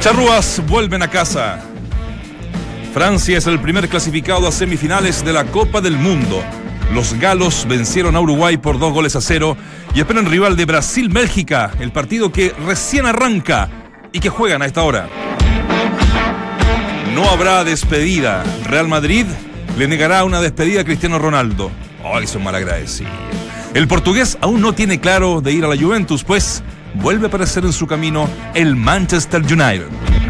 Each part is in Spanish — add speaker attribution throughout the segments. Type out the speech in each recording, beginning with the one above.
Speaker 1: Charrúas vuelven a casa. Francia es el primer clasificado a semifinales de la Copa del Mundo. Los galos vencieron a Uruguay por 2-0 y esperan rival de Brasil-Bélgica, el partido que recién arranca y que juegan a esta hora. No habrá despedida. Real Madrid le negará una despedida a Cristiano Ronaldo. ¡Ay, son malagradecidos! El portugués aún no tiene claro de ir a la Juventus, pues vuelve a aparecer en su camino el Manchester United.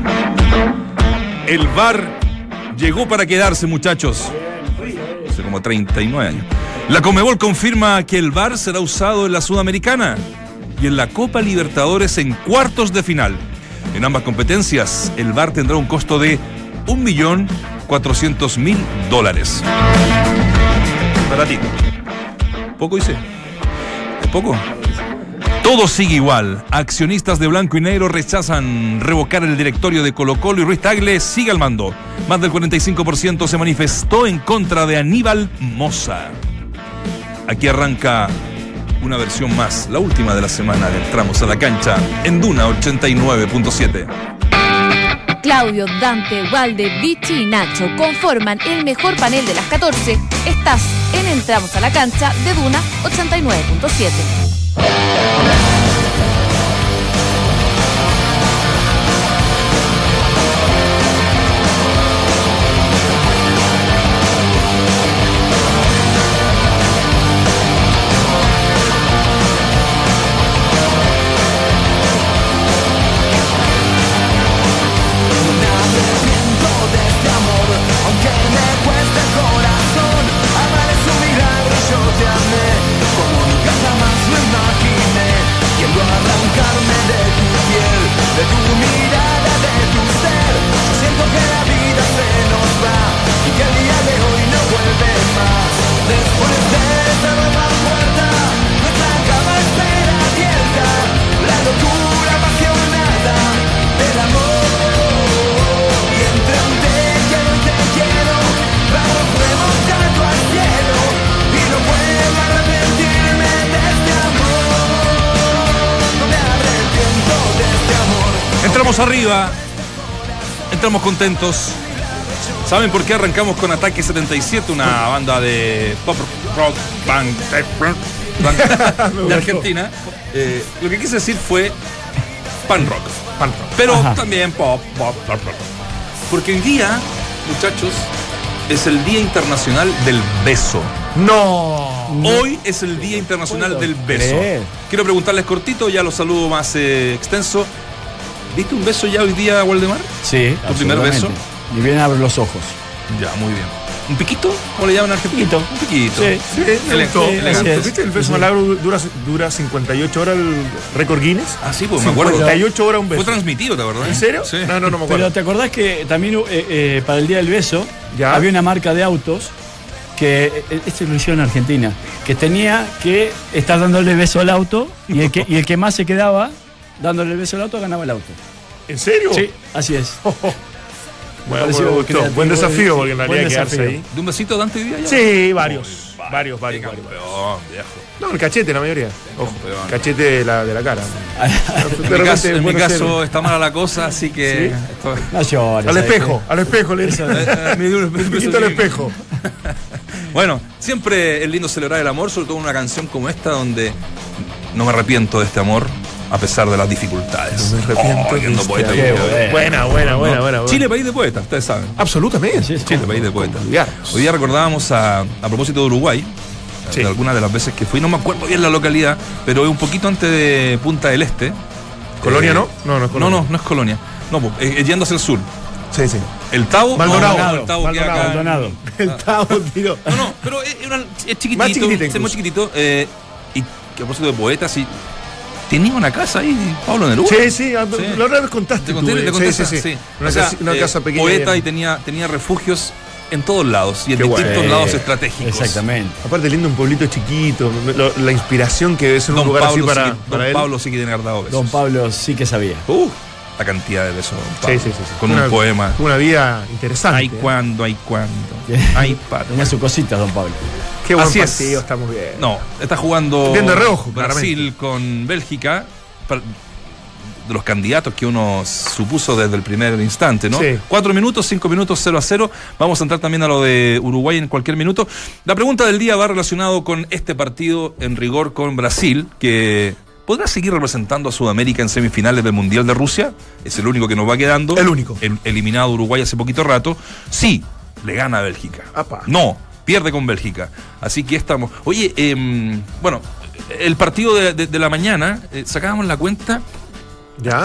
Speaker 1: El VAR llegó para quedarse, muchachos. Hace como 39 años. La Conmebol confirma que el VAR será usado en la Sudamericana y en la Copa Libertadores en cuartos de final. En ambas competencias, el VAR tendrá un costo de $1.400.000. Baratito. ¿Poco hice? ¿Es poco? Todo sigue igual. Accionistas de blanco y negro rechazan revocar el directorio de Colo-Colo y Ruiz Tagle sigue al mando. Más del 45% se manifestó en contra de Aníbal Mosa. Aquí arranca una versión más, la última de la semana de Entramos a la Cancha en Duna 89.7.
Speaker 2: Claudio, Dante, Walde, Vichy y Nacho conforman el mejor panel de las 14. Estás en Entramos a la Cancha de Duna 89.7.
Speaker 1: Entramos arriba, entramos contentos. ¿Saben por qué arrancamos con Ataque 77, una banda de pop rock band de Argentina? Lo que quise decir fue pan rock, pero también pop rock. Porque hoy día, muchachos, es el Día Internacional del Beso.
Speaker 3: ¡No!
Speaker 1: Hoy es el Día Internacional del Beso. Quiero preguntarles cortito, ya los saludo más extenso. ¿Viste un beso ya hoy día, Waldemar?
Speaker 3: Sí.
Speaker 1: ¿Tu primer beso?
Speaker 3: Y bien abre los ojos.
Speaker 1: Ya, muy bien. ¿Un piquito? ¿Cómo le llaman en Argentina? Un piquito.
Speaker 3: Sí.
Speaker 1: Elegante.
Speaker 4: ¿Viste el beso malagro dura 58 horas el récord Guinness?
Speaker 1: Ah, sí, pues me acuerdo.
Speaker 4: 58 horas un beso.
Speaker 1: Fue transmitido, ¿te acordás?
Speaker 4: ¿En serio?
Speaker 1: Sí.
Speaker 4: No me acuerdo.
Speaker 3: Pero ¿te acordás que también para el Día del Beso
Speaker 4: ¿Ya?
Speaker 3: había una marca de autos que, esto lo hicieron en Argentina, que tenía que estar dándole beso al auto y el que más se quedaba dándole el beso al auto ganaba el auto?
Speaker 4: ¿En serio?
Speaker 3: Sí, así es.
Speaker 4: Bueno, me gustó. Buen desafío, porque en realidad quedarse ahí.
Speaker 1: ¿De un besito Dante hoy día ya?
Speaker 4: Sí, varios. Varios.
Speaker 1: Campeón, viejo.
Speaker 4: No, el cachete, la mayoría. Ojo, cachete de la cara.
Speaker 1: En mi caso está mala la cosa, así que...
Speaker 3: ¿Sí? No llores.
Speaker 4: Al espejo, le
Speaker 1: un
Speaker 4: poquito al espejo.
Speaker 1: Bueno, siempre es lindo celebrar el amor, sobre todo una canción como esta, donde no me arrepiento de este amor, a pesar de las dificultades.
Speaker 4: No me arrepiento de
Speaker 1: siendo
Speaker 4: este
Speaker 1: poeta.
Speaker 4: amor. Buena.
Speaker 1: Chile, país de poetas, ustedes saben.
Speaker 4: Absolutamente.
Speaker 1: Chile, país de poetas. Hoy día recordábamos a propósito de Uruguay,
Speaker 4: sí,
Speaker 1: de algunas de las veces que fui, no me acuerdo bien la localidad, pero es un poquito antes de Punta del Este.
Speaker 4: ¿Colonia no? No es Colonia.
Speaker 1: No es Colonia. No, yendo hacia el sur.
Speaker 4: Sí.
Speaker 1: El Tabo.
Speaker 4: Maldonado.
Speaker 1: El Tabo queda acá.
Speaker 3: Maldonado.
Speaker 4: El Tabo, tío.
Speaker 1: No, pero es chiquitito.
Speaker 4: Más chiquitito
Speaker 1: Es muy chiquitito. Y que a propósito de poetas, y tenía una casa ahí, Pablo Neruda.
Speaker 4: Sí, la otra vez contaste.
Speaker 1: ¿Te conté? Sí.
Speaker 4: Una casa pequeña.
Speaker 1: Poeta y tenía refugios en todos lados y en distintos lados estratégicos.
Speaker 3: Exactamente.
Speaker 4: Aparte lindo, un pueblito chiquito, la inspiración que debe ser un lugar así para él.
Speaker 1: Pablo sí que tiene guardado besos.
Speaker 3: Don Pablo sí que sabía.
Speaker 1: La cantidad de besos.
Speaker 4: Sí.
Speaker 1: Con un poema.
Speaker 4: Una vida interesante.
Speaker 1: Ay, cuándo. Ay, padre.
Speaker 3: Tenía su cosita, don Pablo.
Speaker 4: Qué buen
Speaker 1: Así
Speaker 4: partido,
Speaker 1: es.
Speaker 4: estamos bien.
Speaker 1: No, está jugando
Speaker 4: Viendo de reojo,
Speaker 1: Brasil
Speaker 4: claramente.
Speaker 1: con Bélgica. los candidatos que uno supuso desde el primer instante, ¿no?
Speaker 4: Sí.
Speaker 1: 4 minutos, 5 minutos, 0-0. Vamos a entrar también a lo de Uruguay en cualquier minuto. La pregunta del día va relacionado con este partido en rigor con Brasil, que ¿podrá seguir representando a Sudamérica en semifinales del Mundial de Rusia? Es el único que nos va quedando.
Speaker 4: El único.
Speaker 1: Eliminado Uruguay hace poquito rato. Sí, le gana a Bélgica.
Speaker 4: Apa.
Speaker 1: No, pierde con Bélgica. Así que estamos. Oye, bueno, el partido de la mañana, sacábamos la cuenta.
Speaker 4: ¿Ya?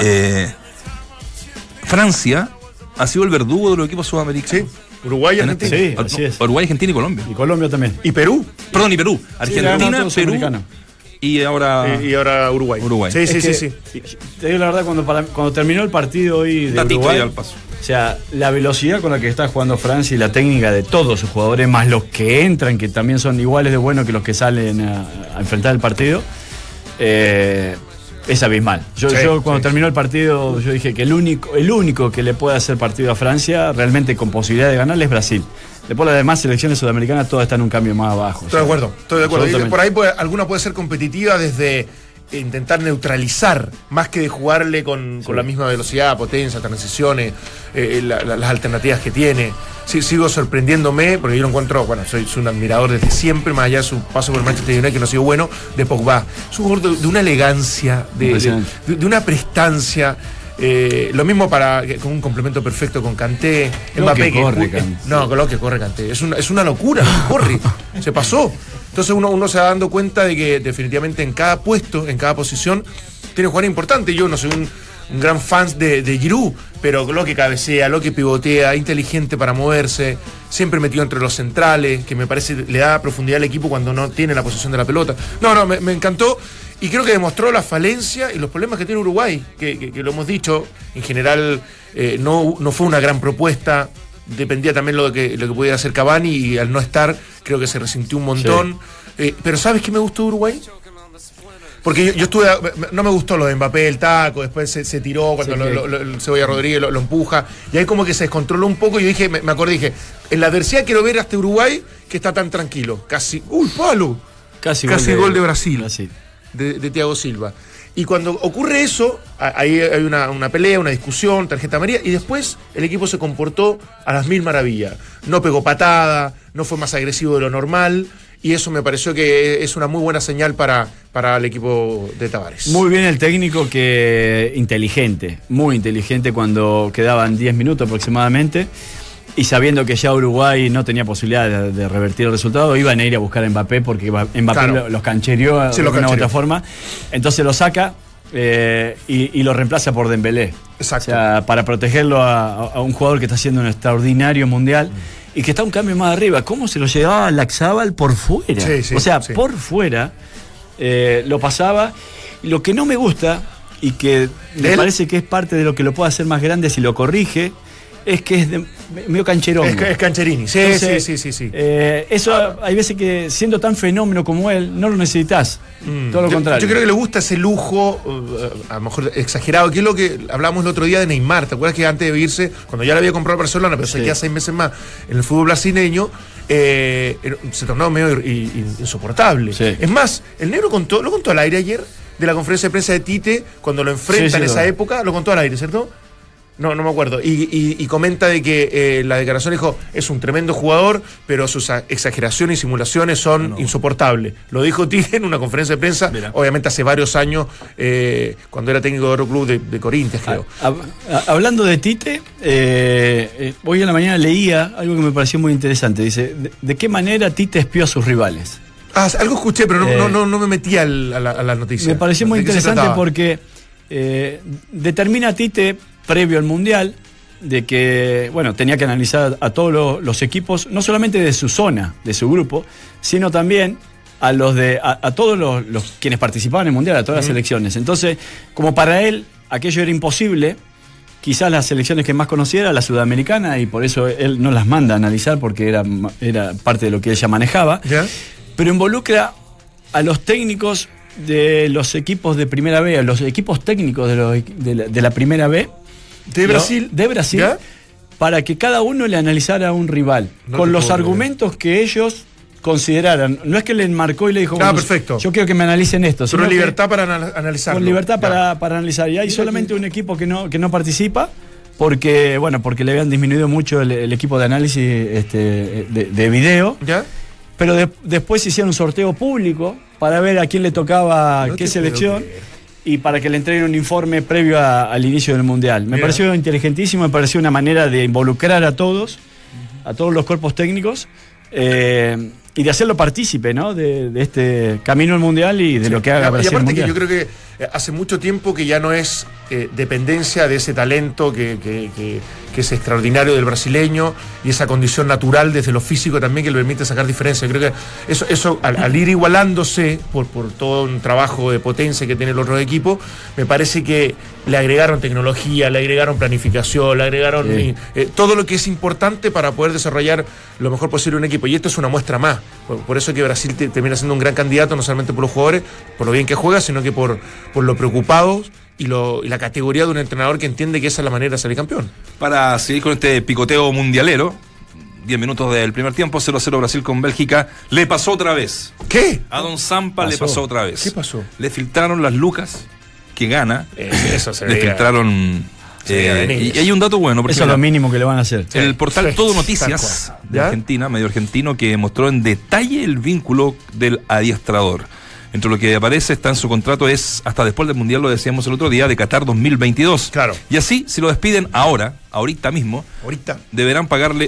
Speaker 1: Francia ha sido el verdugo de los equipos sudamericanos.
Speaker 4: Sí. Uruguay, Argentina.
Speaker 3: Sí, así es.
Speaker 1: Uruguay, Argentina y Colombia.
Speaker 3: Y Colombia también.
Speaker 4: Y Perú.
Speaker 1: Perdón, y Perú.
Speaker 3: Sí, le ganó a
Speaker 1: Argentina,
Speaker 3: todos
Speaker 1: Perú
Speaker 3: sudamericanos.
Speaker 1: y ahora
Speaker 4: Y ahora Uruguay.
Speaker 1: Uruguay.
Speaker 4: Sí,
Speaker 3: Es
Speaker 4: sí,
Speaker 3: que,
Speaker 4: sí.
Speaker 3: Te digo la verdad, cuando terminó el partido hoy de
Speaker 1: Tatito
Speaker 3: Uruguay,
Speaker 1: ahí al paso.
Speaker 3: o sea, la velocidad con la que está jugando Francia y la técnica de todos sus jugadores, más los que entran, que también son iguales de buenos que los que salen a enfrentar el partido, es abismal. Yo cuando terminó el partido, yo dije que el único que le puede hacer partido a Francia, realmente con posibilidad de ganarle, es Brasil. Después las demás selecciones sudamericanas todas están en un cambio más abajo.
Speaker 4: Estoy de acuerdo. Y por ahí alguna puede ser competitiva desde intentar neutralizar, más que de jugarle con la misma velocidad, potencia, transiciones, las alternativas que tiene. Sí, sigo sorprendiéndome, porque yo lo encuentro, bueno, soy un admirador desde siempre, más allá de su paso por el Manchester United, que no ha sido bueno, de Pogba. Es un jugador de una elegancia, de una prestancia. Lo mismo con un complemento perfecto con Kanté, Mbappé,
Speaker 3: que corre Kanté.
Speaker 4: No, con lo que corre Kanté. Es una locura, corre. Se pasó. Entonces uno se va dando cuenta de que definitivamente en cada puesto, en cada posición, tiene jugadores importantes. Yo no soy un gran fan de Giroud, pero lo que cabecea, lo que pivotea, inteligente para moverse, siempre metido entre los centrales, que me parece le da profundidad al equipo cuando no tiene la posesión de la pelota. Me encantó. Y creo que demostró la falencia y los problemas que tiene Uruguay, que lo hemos dicho, en general no fue una gran propuesta, dependía también lo que pudiera hacer Cavani, y al no estar creo que se resintió un montón. Sí. Pero ¿sabes qué me gustó de Uruguay? Porque yo estuve, no me gustó lo de Mbappé, el taco, después se tiró cuando el Cebolla Rodríguez lo empuja, y ahí como que se descontroló un poco, y yo dije, me acordé, dije, en la adversidad quiero ver a este Uruguay que está tan tranquilo, casi, palo, casi gol de Brasil. De Thiago Silva. Y cuando ocurre eso, ahí hay una pelea, una discusión, tarjeta amarilla, y después el equipo se comportó a las mil maravillas. No pegó patada, no fue más agresivo de lo normal, y eso me pareció que es una muy buena señal para el equipo de Tavares.
Speaker 3: Muy bien el técnico, que inteligente, muy inteligente, cuando quedaban 10 minutos aproximadamente, y sabiendo que ya Uruguay no tenía posibilidad de revertir el resultado, iban a ir a buscar a Mbappé, porque Mbappé
Speaker 4: claro.
Speaker 3: los canchereó de una u otra forma. Entonces lo saca y lo reemplaza por Dembélé.
Speaker 4: Exacto.
Speaker 3: O sea, para protegerlo a un jugador que está haciendo un extraordinario mundial y que está un cambio más arriba. ¿Cómo se lo llevaba a Laxabal por fuera? Por fuera lo pasaba. Lo que no me gusta, y que me parece que es parte de lo que lo puede hacer más grande si lo corrige, es que es medio cancherón.
Speaker 4: Es cancherini, sí.
Speaker 3: Eso hay veces que, siendo tan fenómeno como él, no lo necesitas. Todo lo contrario.
Speaker 4: Yo creo que le gusta ese lujo, a lo mejor exagerado, que es lo que hablábamos el otro día de Neymar. ¿Te acuerdas que antes de irse, cuando ya le había comprado a Barcelona, pero se queda 6 meses más en el fútbol brasileño, se tornó medio insoportable?
Speaker 3: Sí.
Speaker 4: Es más, el negro lo contó al aire ayer, de la conferencia de prensa de Tite, cuando lo enfrenta en esa época, lo contó al aire, ¿cierto? No me acuerdo. Y comenta de que la declaración dijo, es un tremendo jugador, pero sus exageraciones y simulaciones son insoportables. Lo dijo Tite en una conferencia de prensa, obviamente hace varios años, cuando era técnico de otro club de Corinthians, creo.
Speaker 3: Hablando de Tite, hoy en la mañana leía algo que me pareció muy interesante. Dice, ¿de qué manera Tite espió a sus rivales?
Speaker 4: Algo escuché, pero no me metí a la noticia.
Speaker 3: Me pareció muy interesante porque determina Tite, previo al Mundial, de que, tenía que analizar a todos los equipos, no solamente de su zona, de su grupo, sino también a todos los quienes participaban en el Mundial, a todas las selecciones. Entonces, como para él aquello era imposible, quizás las selecciones que más conocía era la sudamericana, y por eso él no las manda a analizar, porque era parte de lo que ella manejaba. ¿Ya? Pero involucra a los técnicos de los equipos de Primera B, a los equipos técnicos de la Primera B, de Brasil, ¿ya? Para que cada uno le analizara a un rival, con los argumentos que ellos consideraran, no es que le enmarcó y le dijo, bueno,
Speaker 4: perfecto.
Speaker 3: Yo quiero que me analicen esto.
Speaker 4: Pero libertad para analizarlo.
Speaker 3: Con libertad para analizar. Y hay solamente un equipo que no participa, porque le habían disminuido mucho el equipo de análisis de video.
Speaker 4: ¿Ya?
Speaker 3: Pero después hicieron un sorteo público para ver a quién le tocaba qué selección y para que le entreguen un informe previo al inicio del Mundial. Me pareció inteligentísimo, me pareció una manera de involucrar a todos los cuerpos técnicos y de hacerlo partícipe, ¿no? de este camino al Mundial y de lo que haga Brasil.
Speaker 4: Y aparte
Speaker 3: Mundial.
Speaker 4: que yo creo que hace mucho tiempo que ya no es dependencia de ese talento que es extraordinario del brasileño y esa condición natural desde lo físico también que le permite sacar diferencias. Yo creo que eso al ir igualándose por todo un trabajo de potencia que tiene el otro equipo, me parece que le agregaron tecnología, le agregaron planificación, le agregaron todo lo que es importante para poder desarrollar lo mejor posible un equipo. Y esto es una muestra más. Por eso que Brasil termina siendo un gran candidato, no solamente por los jugadores, por lo bien que juega, sino que por lo preocupados y la categoría de un entrenador que entiende que esa es la manera de salir campeón.
Speaker 1: Para seguir con este picoteo mundialero, 10 minutos del primer tiempo, 0-0 Brasil con Bélgica. Le pasó otra vez.
Speaker 4: ¿Qué?
Speaker 1: A Don Zampa le pasó otra vez.
Speaker 4: ¿Qué pasó?
Speaker 1: Le filtraron las lucas que gana.
Speaker 4: Eso se
Speaker 1: Le
Speaker 4: veía.
Speaker 1: filtraron. Y hay un dato bueno. Porque
Speaker 3: eso es lo mínimo que le van a hacer.
Speaker 1: El portal Todo Noticias de Argentina, medio argentino, que mostró en detalle el vínculo del adiestrador. Entre lo que aparece está en su contrato es hasta después del Mundial, lo decíamos el otro día, de Qatar 2022.
Speaker 4: Claro.
Speaker 1: Y así, si lo despiden ahorita mismo, deberán pagarle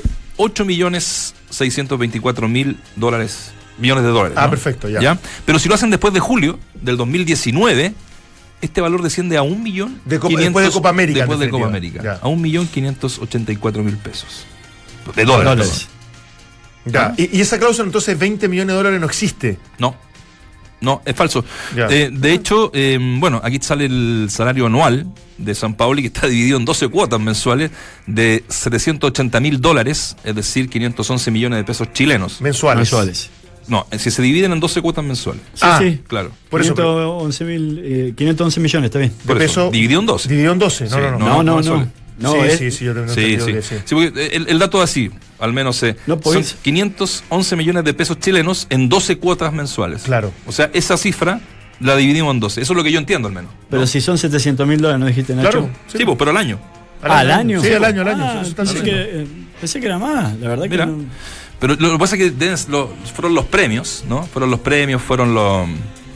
Speaker 1: $8.624.000 millones de dólares.
Speaker 4: Ah,
Speaker 1: ¿no?
Speaker 4: perfecto, ya.
Speaker 1: Pero si lo hacen después de julio del 2019, este valor desciende a
Speaker 4: después de Copa América.
Speaker 1: Después de Copa América. Ya. A $1.584.000 pesos. De dólares.
Speaker 4: Ya.
Speaker 1: ¿Ah?
Speaker 4: Y esa cláusula entonces $20 millones no existe.
Speaker 1: No, es falso. De hecho, aquí sale el salario anual de Sampaoli, que está dividido en 12 cuotas mensuales de $780.000, es decir, 511 millones de pesos chilenos.
Speaker 4: Mensuales.
Speaker 1: No, si se dividen en 12 cuotas mensuales.
Speaker 3: Sí.
Speaker 1: Claro.
Speaker 3: Por 511 millones, está bien.
Speaker 1: Por eso, dividido en 12.
Speaker 4: Dividido en 12,
Speaker 1: No,
Speaker 4: sí, yo tengo entendido que sí.
Speaker 1: Sí, porque el dato es así, al menos son 511 millones de pesos chilenos en 12 cuotas mensuales.
Speaker 4: Claro.
Speaker 1: O sea, esa cifra la dividimos en 12. Eso es lo que yo entiendo al menos.
Speaker 3: Pero si son $700.000, ¿no dijiste, Nacho?
Speaker 4: Claro.
Speaker 1: Sí, pero al año.
Speaker 3: ¿Al año?
Speaker 4: Sí, al año.
Speaker 3: Pensé que era más, la verdad.
Speaker 1: Mira,
Speaker 3: que no.
Speaker 1: Pero lo que pasa es que fueron los premios, ¿no? Fueron los premios, lo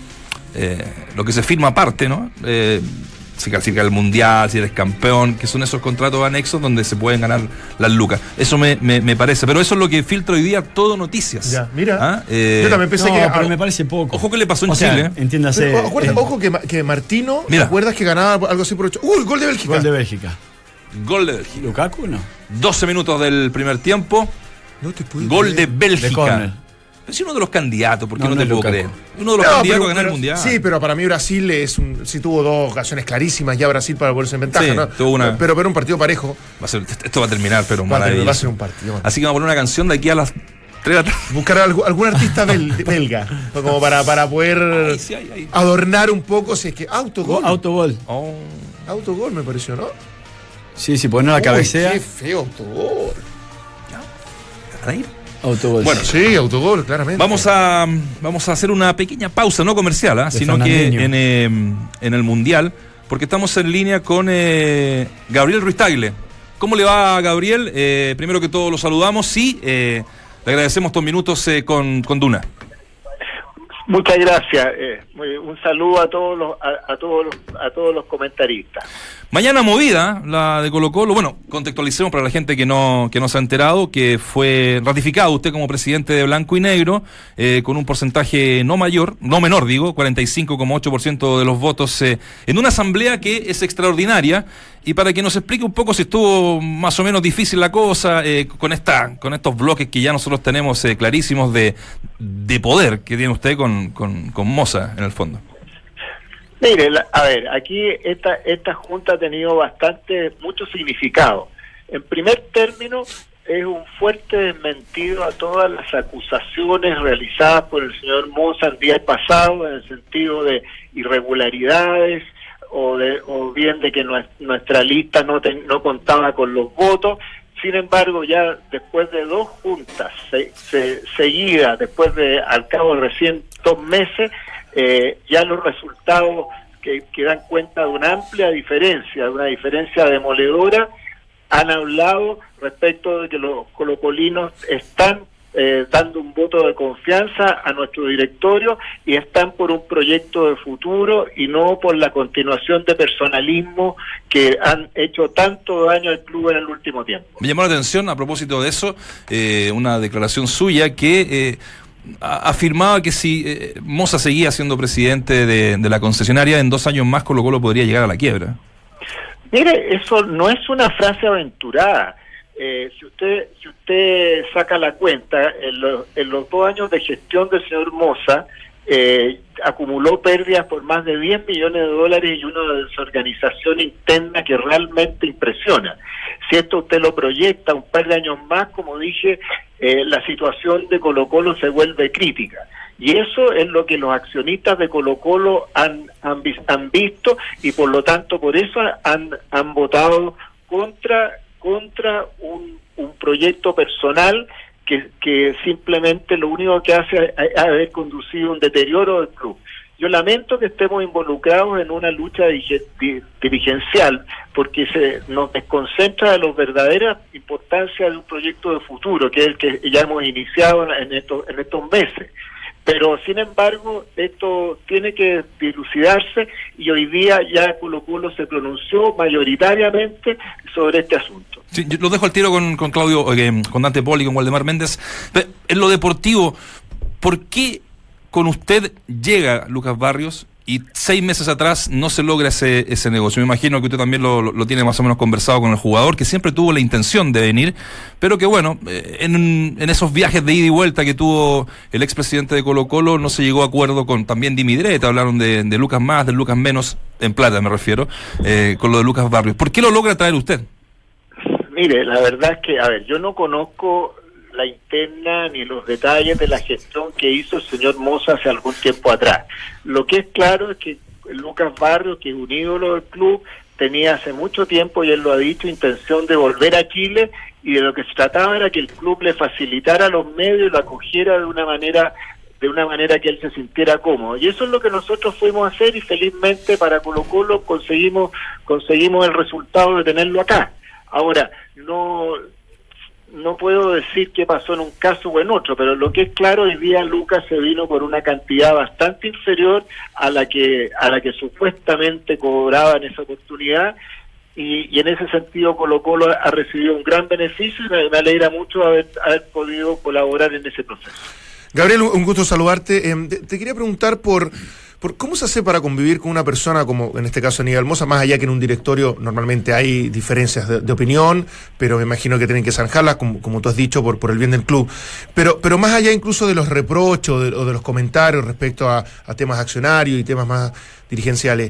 Speaker 1: que se firma aparte, ¿no? Si clasifica el Mundial, si eres campeón, que son esos contratos anexos donde se pueden ganar las lucas. Eso me parece, pero eso es lo que filtra hoy día Todo Noticias.
Speaker 4: Ya, mira. Yo también pensé
Speaker 3: pero me parece poco.
Speaker 1: Ojo que le pasó en Chile.
Speaker 3: Entiéndase.
Speaker 4: Ojo que Martino, ¿te acuerdas que ganaba algo así por 8? Gol de Bélgica.
Speaker 1: Gol de Bélgica.
Speaker 3: ¿Lukaku no?
Speaker 1: 12 minutos del primer tiempo.
Speaker 4: No te puedo
Speaker 1: Gol
Speaker 4: creer.
Speaker 1: de Bélgica.
Speaker 3: De
Speaker 1: Es uno de los candidatos, porque no te
Speaker 3: es
Speaker 1: puedo
Speaker 3: Lukaku.
Speaker 1: creer. Uno de los candidatos a ganar el Mundial.
Speaker 4: Sí, pero para mí Brasil sí tuvo dos ocasiones clarísimas ya Brasil para ponerse en ventaja,
Speaker 1: Sí,
Speaker 4: ¿no?
Speaker 1: tuvo una.
Speaker 4: Pero un partido parejo.
Speaker 1: Esto va a terminar, pero
Speaker 4: Va a
Speaker 1: maravilloso.
Speaker 4: ser un partido.
Speaker 1: Así que vamos a poner una canción de aquí a las 3 de la tarde.
Speaker 4: Buscar algún artista belga, como para poder adornar un poco, si es que autogol. Autogol me pareció, ¿no?
Speaker 3: Sí, poner la cabecea.
Speaker 4: Qué feo autogol.
Speaker 1: ¿Para ir?
Speaker 3: Autogol.
Speaker 1: Bueno,
Speaker 4: sí, autogol, claramente.
Speaker 1: Vamos a hacer una pequeña pausa, no comercial, sino que en el Mundial, porque estamos en línea con Gabriel Ruiz Tagle. ¿Cómo le va, Gabriel? Primero que todo lo saludamos y le agradecemos estos minutos con Duna.
Speaker 5: Muchas gracias. Un saludo a todos los comentaristas.
Speaker 1: Mañana movida, la de Colo-Colo. Bueno, contextualicemos para la gente que no se ha enterado que fue ratificado usted como presidente de Blanco y Negro con un porcentaje no menor, 45,8% de los votos en una asamblea que es extraordinaria. Y para que nos explique un poco si estuvo más o menos difícil la cosa con estos bloques que ya nosotros tenemos clarísimos de poder que tiene usted con Moza en el fondo.
Speaker 5: Mire, aquí esta junta ha tenido mucho significado. En primer término, es un fuerte desmentido a todas las acusaciones realizadas por el señor Moza el día pasado, en el sentido de irregularidades o bien de que nuestra lista no contaba con los votos. Sin embargo, ya después de 2 juntas seguidas, al cabo de recién 2 meses, ya los resultados que dan cuenta de una amplia diferencia, de una diferencia demoledora, han hablado respecto de que los colocolinos están dando un voto de confianza a nuestro directorio y están por un proyecto de futuro y no por la continuación de personalismo que han hecho tanto daño al club en el último tiempo.
Speaker 1: Me llamó la atención, a propósito de eso, una declaración suya que afirmaba que si Moza seguía siendo presidente de la concesionaria, en 2 años más Colo-Colo podría llegar a la quiebra.
Speaker 5: Mire, eso no es una frase aventurada. Si usted saca la cuenta, en los 2 años de gestión del señor Moza, acumuló pérdidas por más de $10 millones y una desorganización interna que realmente impresiona. Si esto usted lo proyecta un par de años más, como dije, la situación de Colo-Colo se vuelve crítica. Y eso es lo que los accionistas de Colo-Colo han visto, y por lo tanto por eso han votado contra un proyecto personal que simplemente lo único que hace es haber conducido un deterioro del club. Yo lamento que estemos involucrados en una lucha dirigencial, porque nos desconcentra de la verdadera importancia de un proyecto de futuro, que es el que ya hemos iniciado en estos meses. Pero, sin embargo, esto tiene que dilucidarse, y hoy día ya Colo-Colo se pronunció mayoritariamente sobre este asunto.
Speaker 1: Sí, yo lo dejo al tiro con Claudio, con Dante Poli, con Waldemar Méndez. En lo deportivo, ¿por qué con usted llega Lucas Barrios y 6 meses atrás no se logra ese negocio? Me imagino que usted también lo tiene más o menos conversado con el jugador, que siempre tuvo la intención de venir, pero que bueno, en esos viajes de ida y vuelta que tuvo el expresidente de Colo-Colo no se llegó a acuerdo con también Dimidreta. Hablaron de Lucas más, de Lucas menos, en plata me refiero, con lo de Lucas Barrios. ¿Por qué lo logra traer usted?
Speaker 5: Mire, la verdad es que, yo no conozco la interna ni los detalles de la gestión que hizo el señor Moza hace algún tiempo atrás. Lo que es claro es que Lucas Barrios, que es un ídolo del club, tenía hace mucho tiempo, y él lo ha dicho, intención de volver a Chile, y de lo que se trataba era que el club le facilitara los medios y lo acogiera de una manera que él se sintiera cómodo. Y eso es lo que nosotros fuimos a hacer, y felizmente para Colo-Colo conseguimos el resultado de tenerlo acá. Ahora, no puedo decir qué pasó en un caso o en otro, pero lo que es claro, hoy día Lucas se vino por una cantidad bastante inferior a la que supuestamente cobraba en esa oportunidad, y en ese sentido Colo-Colo ha recibido un gran beneficio, y me alegra mucho haber podido colaborar en ese proceso.
Speaker 4: Gabriel, un gusto saludarte. Te quería preguntar por cómo se hace para convivir con una persona como en este caso Aníbal Moza, más allá que en un directorio normalmente hay diferencias de opinión, pero me imagino que tienen que zanjarlas, como tú has dicho, por el bien del club. Pero más allá incluso de los reproches o de los comentarios respecto a temas accionarios y temas más dirigenciales,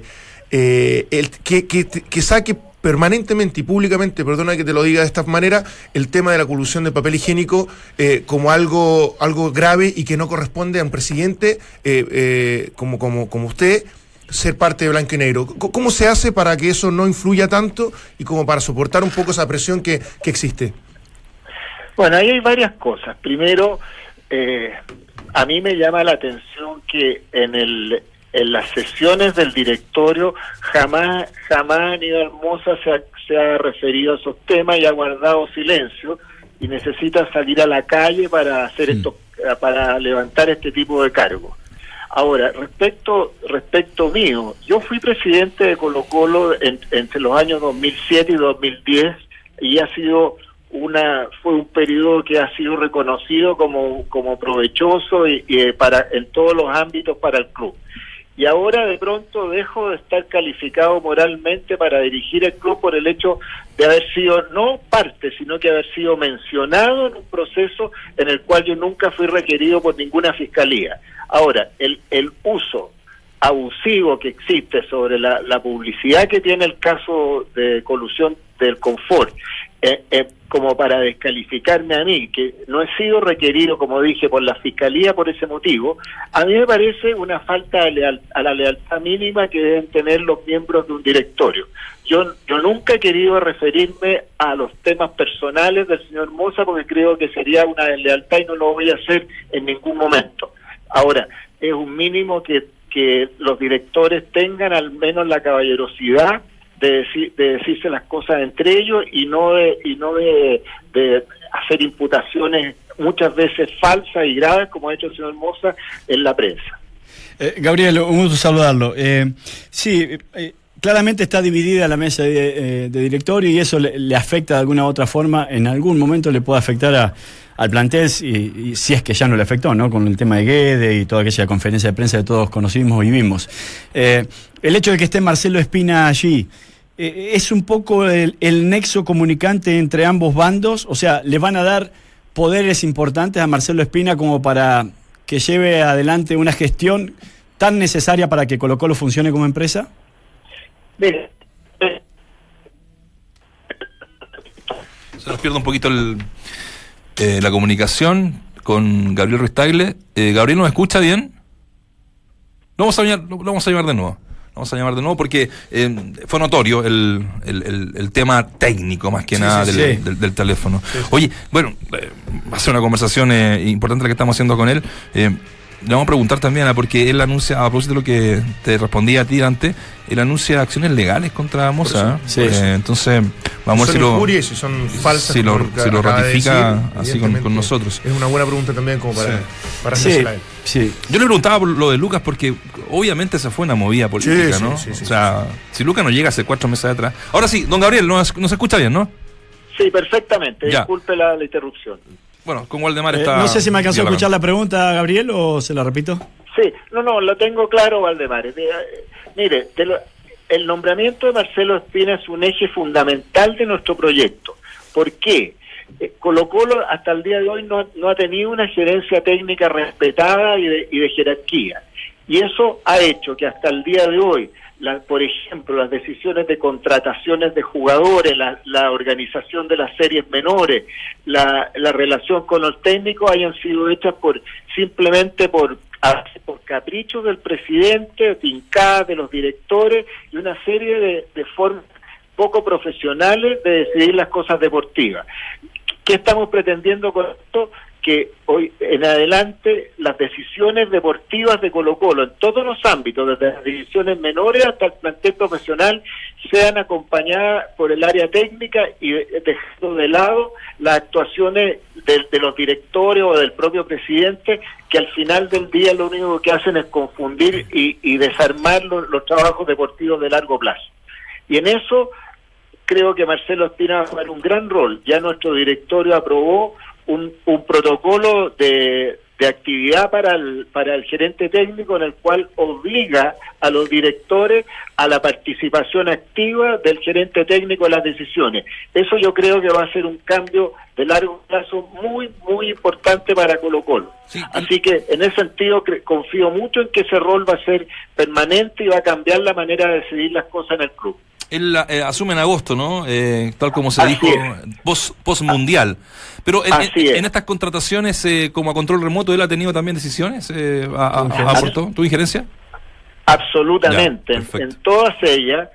Speaker 4: que saque permanentemente y públicamente, perdona que te lo diga de esta manera, el tema de la colusión de papel higiénico como algo grave y que no corresponde a un presidente como usted ser parte de Blanco y Negro. ¿Cómo se hace para que eso no influya tanto y como para soportar un poco esa presión que existe?
Speaker 5: Bueno, ahí hay varias cosas. Primero, a mí me llama la atención que en las sesiones del directorio jamás Aníbal Moza se ha referido a esos temas y ha guardado silencio, y necesita salir a la calle para hacer para levantar este tipo de cargos. Ahora, respecto mío, yo fui presidente de Colo-Colo entre los años 2007 y 2010, y fue un periodo que ha sido reconocido como provechoso y en todos los ámbitos para el club. Y ahora de pronto dejo de estar calificado moralmente para dirigir el club por el hecho de haber sido no parte, sino que haber sido mencionado en un proceso en el cual yo nunca fui requerido por ninguna fiscalía. Ahora, el uso abusivo que existe sobre la publicidad que tiene el caso de colusión del Confort, como para descalificarme a mí, que no he sido requerido, como dije, por la Fiscalía por ese motivo, a mí me parece una falta a la lealtad mínima que deben tener los miembros de un directorio. Yo nunca he querido referirme a los temas personales del señor Moza porque creo que sería una deslealtad y no lo voy a hacer en ningún momento. Ahora, es un mínimo que los directores tengan al menos la caballerosidad de decirse las cosas entre ellos y no de hacer imputaciones muchas veces falsas y graves como ha hecho el señor Moza en la prensa.
Speaker 3: Gabriel, un gusto saludarlo. Claramente está dividida la mesa de directorio y eso le afecta de alguna u otra forma, en algún momento le puede afectar al plantel y si es que ya no le afectó, ¿no? Con el tema de Guede y toda aquella conferencia de prensa que todos conocimos y vimos. El hecho de que esté Marcelo Espina allí, ¿es un poco el nexo comunicante entre ambos bandos? O sea, ¿le van a dar poderes importantes a Marcelo Espina como para que lleve adelante una gestión tan necesaria para que Colo-Colo funcione como empresa?
Speaker 5: Mire,
Speaker 1: se nos pierde un poquito la comunicación con Gabriel Ruiz Tagle. Gabriel, ¿nos escucha bien? Lo vamos a llamar de nuevo. Vamos a llamar de nuevo porque fue notorio el tema técnico más que nada del teléfono. Sí. Oye, bueno, va a ser una conversación importante la que estamos haciendo con él. Le vamos a preguntar también, porque él anuncia, a propósito de lo que te respondía a ti antes, él anuncia acciones legales contra Moza.
Speaker 3: Sí.
Speaker 1: Entonces, vamos a ver
Speaker 4: si son falsas,
Speaker 1: si lo ratifica así con nosotros.
Speaker 4: Es una buena pregunta también como para hacérsela a él.
Speaker 1: Sí. Yo le preguntaba por lo de Lucas porque obviamente esa fue una movida política, ¿no? Sí, o sea, si Lucas no llega hace 4 meses atrás. Ahora sí, don Gabriel, nos escucha bien, ¿no?
Speaker 5: Sí, perfectamente. Ya. Disculpe la interrupción.
Speaker 1: Bueno, con Waldemar está...
Speaker 3: no sé si me alcanzó a escuchar la pregunta, Gabriel, o se la repito.
Speaker 5: Sí, no, lo tengo claro, Waldemar. Mire, el nombramiento de Marcelo Espina es un eje fundamental de nuestro proyecto. ¿Por qué? Colo-Colo hasta el día de hoy no ha tenido una gerencia técnica respetada y de jerarquía. Y eso ha hecho que hasta el día de hoy, por ejemplo, las decisiones de contrataciones de jugadores, la organización de las series menores, la relación con los técnicos hayan sido hechas simplemente por caprichos del presidente, fincadas de los directores y una serie de formas poco profesionales de decidir las cosas deportivas. ¿Qué estamos pretendiendo con esto? Que hoy en adelante las decisiones deportivas de Colo-Colo en todos los ámbitos, desde las divisiones menores hasta el plantel profesional, sean acompañadas por el área técnica y dejando de lado las actuaciones de los directores o del propio presidente, que al final del día lo único que hacen es confundir y desarmar los trabajos deportivos de largo plazo. Y en eso creo que Marcelo Espina va a jugar un gran rol. Ya nuestro directorio aprobó un protocolo de actividad para el gerente técnico en el cual obliga a los directores a la participación activa del gerente técnico en las decisiones. Eso yo creo que va a ser un cambio de largo plazo muy, muy importante para Colo-Colo. Sí. Así que en ese sentido confío mucho en que ese rol va a ser permanente y va a cambiar la manera de decidir las cosas en el club.
Speaker 1: Él asume en agosto, ¿no? Tal como se dijo, post-mundial. Pero en estas contrataciones, como a control remoto, ¿él ha tenido también decisiones? ¿Aportó tu injerencia?
Speaker 5: Absolutamente. En todas ellas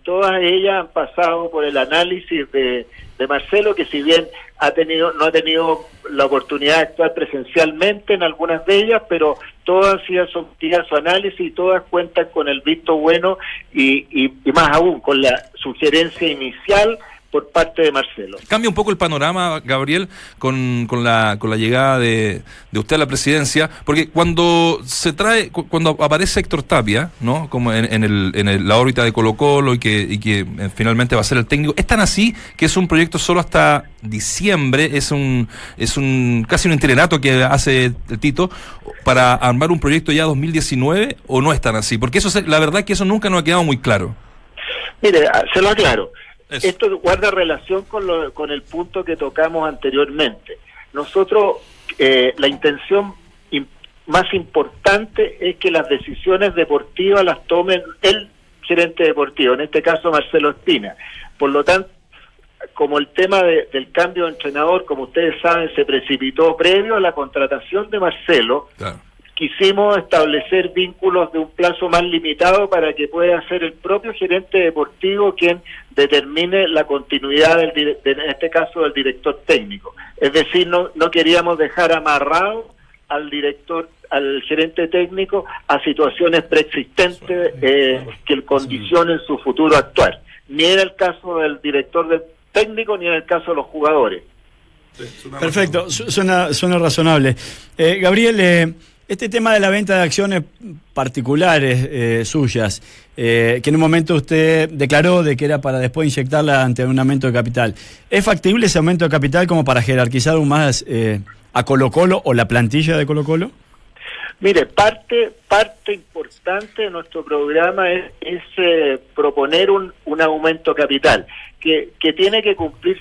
Speaker 5: han pasado por el análisis de Marcelo, que si bien no ha tenido la oportunidad de actuar presencialmente en algunas de ellas, pero todas han sido sometidas a su análisis y todas cuentan con el visto bueno y más aún con la sugerencia inicial por parte de Marcelo.
Speaker 1: Cambia un poco el panorama, Gabriel, con la llegada de usted a la presidencia, porque cuando aparece Héctor Tapia, ¿no? Como en la órbita de Colo-Colo y que finalmente va a ser el técnico, es tan así que es un proyecto solo hasta diciembre, es casi un itinerato que hace el Tito para armar un proyecto ya 2019, o no es tan así, porque la verdad es que eso nunca nos ha quedado muy claro.
Speaker 5: Mire, se lo aclaro. Esto guarda relación con el punto que tocamos anteriormente. Nosotros, la intención más importante es que las decisiones deportivas las tomen el gerente deportivo, en este caso Marcelo Espina. Por lo tanto, como el tema del cambio de entrenador, como ustedes saben, se precipitó previo a la contratación de Marcelo,
Speaker 1: Claro.
Speaker 5: quisimos establecer vínculos de un plazo más limitado para que pueda ser el propio gerente deportivo quien determine la continuidad, en este caso, del director técnico. Es decir, no queríamos dejar amarrado al gerente técnico a situaciones preexistentes que condicionen su futuro actual. Ni en el caso del director técnico, ni en el caso de los jugadores.
Speaker 3: Perfecto, suena razonable. Gabriel, este tema de la venta de acciones particulares suyas, que en un momento usted declaró de que era para después inyectarla ante un aumento de capital, ¿es factible ese aumento de capital como para jerarquizar aún más a Colo-Colo o la plantilla de Colo-Colo?
Speaker 5: Mire, parte importante de nuestro programa es proponer un aumento capital que tiene que cumplir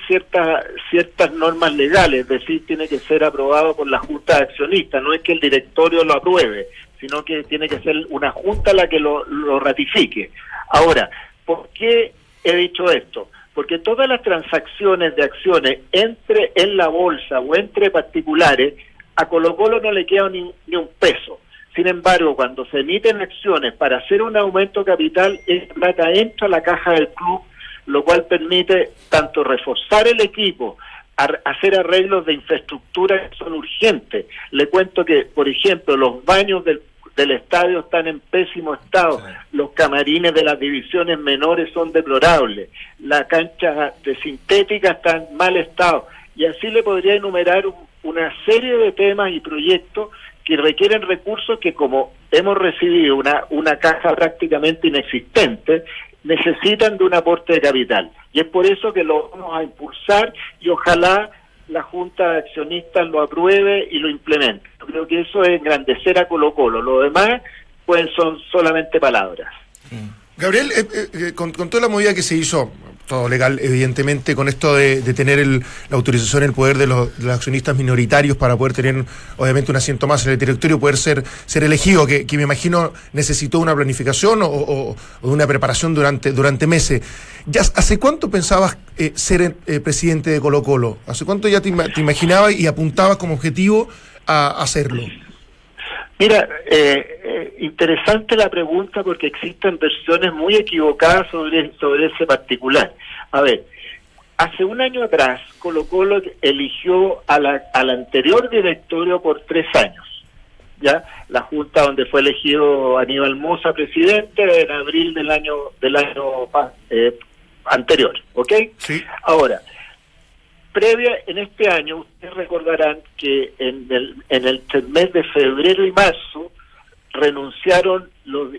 Speaker 5: ciertas normas legales, es decir, tiene que ser aprobado por la Junta de Accionistas, no es que el directorio lo apruebe, sino que tiene que ser una junta la que lo ratifique. Ahora, ¿por qué he dicho esto? Porque todas las transacciones de acciones en la bolsa o entre particulares, a Colo-Colo no le queda ni un peso. Sin embargo, cuando se emiten acciones para hacer un aumento capital, esa plata entra a la caja del club, lo cual permite tanto reforzar el equipo, hacer arreglos de infraestructura que son urgentes. Le cuento que, por ejemplo, los baños del estadio están en pésimo estado, los camarines de las divisiones menores son deplorables, la cancha de sintética está en mal estado, y así le podría enumerar una serie de temas y proyectos que requieren recursos que, como hemos recibido una caja prácticamente inexistente, necesitan de un aporte de capital. Y es por eso que lo vamos a impulsar y ojalá la Junta de Accionistas lo apruebe y lo implemente. Yo creo que eso es engrandecer a Colo-Colo. Lo demás pues son solamente palabras.
Speaker 4: Gabriel, con toda la movida que se hizo, todo legal evidentemente, con esto de tener la autorización, el poder de los accionistas minoritarios para poder tener obviamente un asiento más en el directorio, poder ser elegido, que me imagino necesitó una planificación o una preparación durante meses. ¿Ya hace cuánto pensabas ser presidente de Colo-Colo? ¿Hace cuánto ya te imaginabas y apuntabas como objetivo a hacerlo?
Speaker 5: Mira, interesante la pregunta porque existen versiones muy equivocadas sobre ese particular. A ver, hace un año atrás Colo-Colo eligió al anterior directorio por 3 años, ¿ya? La junta donde fue elegido Aníbal Mosa presidente en abril del año anterior, ¿ok? Sí. Ahora, en este año, ustedes recordarán que en el mes de febrero y marzo renunciaron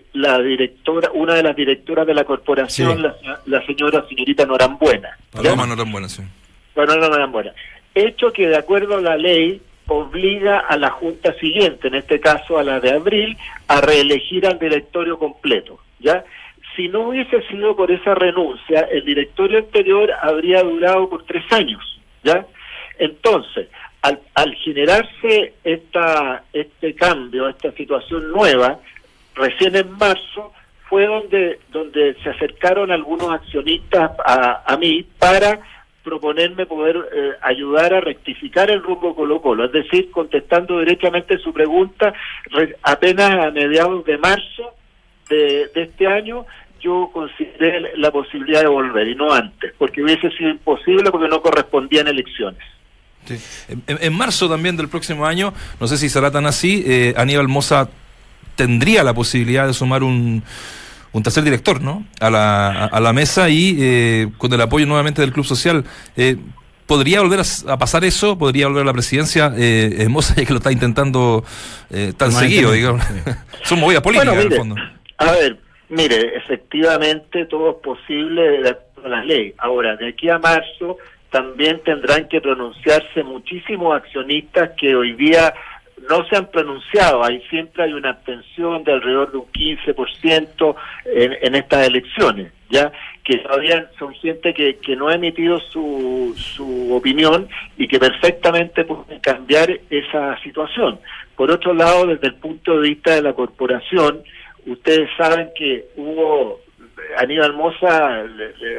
Speaker 5: una de las directoras de la corporación, sí, la señorita Norambuena.
Speaker 1: Paloma Norambuena, sí.
Speaker 5: Paloma Norambuena. Hecho que, de acuerdo a la ley, obliga a la junta siguiente, en este caso a la de abril, a reelegir al directorio completo, ¿ya? Si no hubiese sido por esa renuncia, el directorio anterior habría durado por 3 años. ¿Ya? Entonces, al generarse este cambio, esta situación nueva, recién en marzo, fue donde se acercaron algunos accionistas a mí para proponerme poder ayudar a rectificar el rumbo Colo-Colo. Es decir, contestando directamente su pregunta, apenas a mediados de marzo de este año, yo consideré la posibilidad de volver y no antes, porque hubiese sido imposible porque no correspondían elecciones.
Speaker 1: Sí. En marzo también del próximo año, no sé si será tan así, Aníbal Mosa tendría la posibilidad de sumar un tercer director, ¿no? a la mesa y con el apoyo nuevamente del Club Social. ¿Podría volver a pasar eso? ¿Podría volver a la presidencia Mosa, ya que lo está intentando tan seguido, digamos? Son movidas políticas,
Speaker 5: bueno, mire,
Speaker 1: en el fondo.
Speaker 5: A ver, mire, efectivamente todo es posible de acuerdo a la ley. Ahora, de aquí a marzo también tendrán que pronunciarse muchísimos accionistas que hoy día no se han pronunciado. Siempre hay una abstención de alrededor de un 15% en estas elecciones, ya que todavía son gente que no ha emitido su opinión y que perfectamente pueden cambiar esa situación. Por otro lado, desde el punto de vista de la corporación, ustedes saben que Aníbal Mosa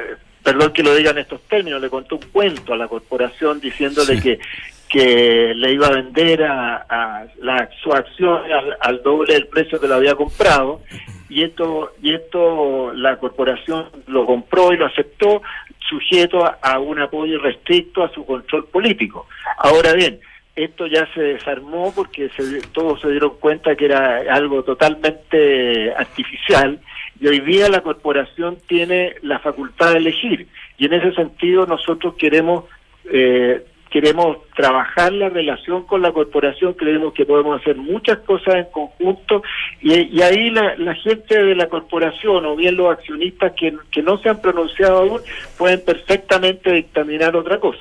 Speaker 5: perdón que lo diga en estos términos, le contó un cuento a la corporación diciéndole que le iba a vender a su acción al doble del precio que lo había comprado, y esto la corporación lo compró y lo aceptó, sujeto a un apoyo restricto a su control político. Ahora bien, esto ya se desarmó porque todos se dieron cuenta que era algo totalmente artificial, y hoy día la corporación tiene la facultad de elegir, y en ese sentido nosotros queremos trabajar la relación con la corporación, creemos que podemos hacer muchas cosas en conjunto, y ahí la gente de la corporación o bien los accionistas que no se han pronunciado aún pueden perfectamente dictaminar otra cosa.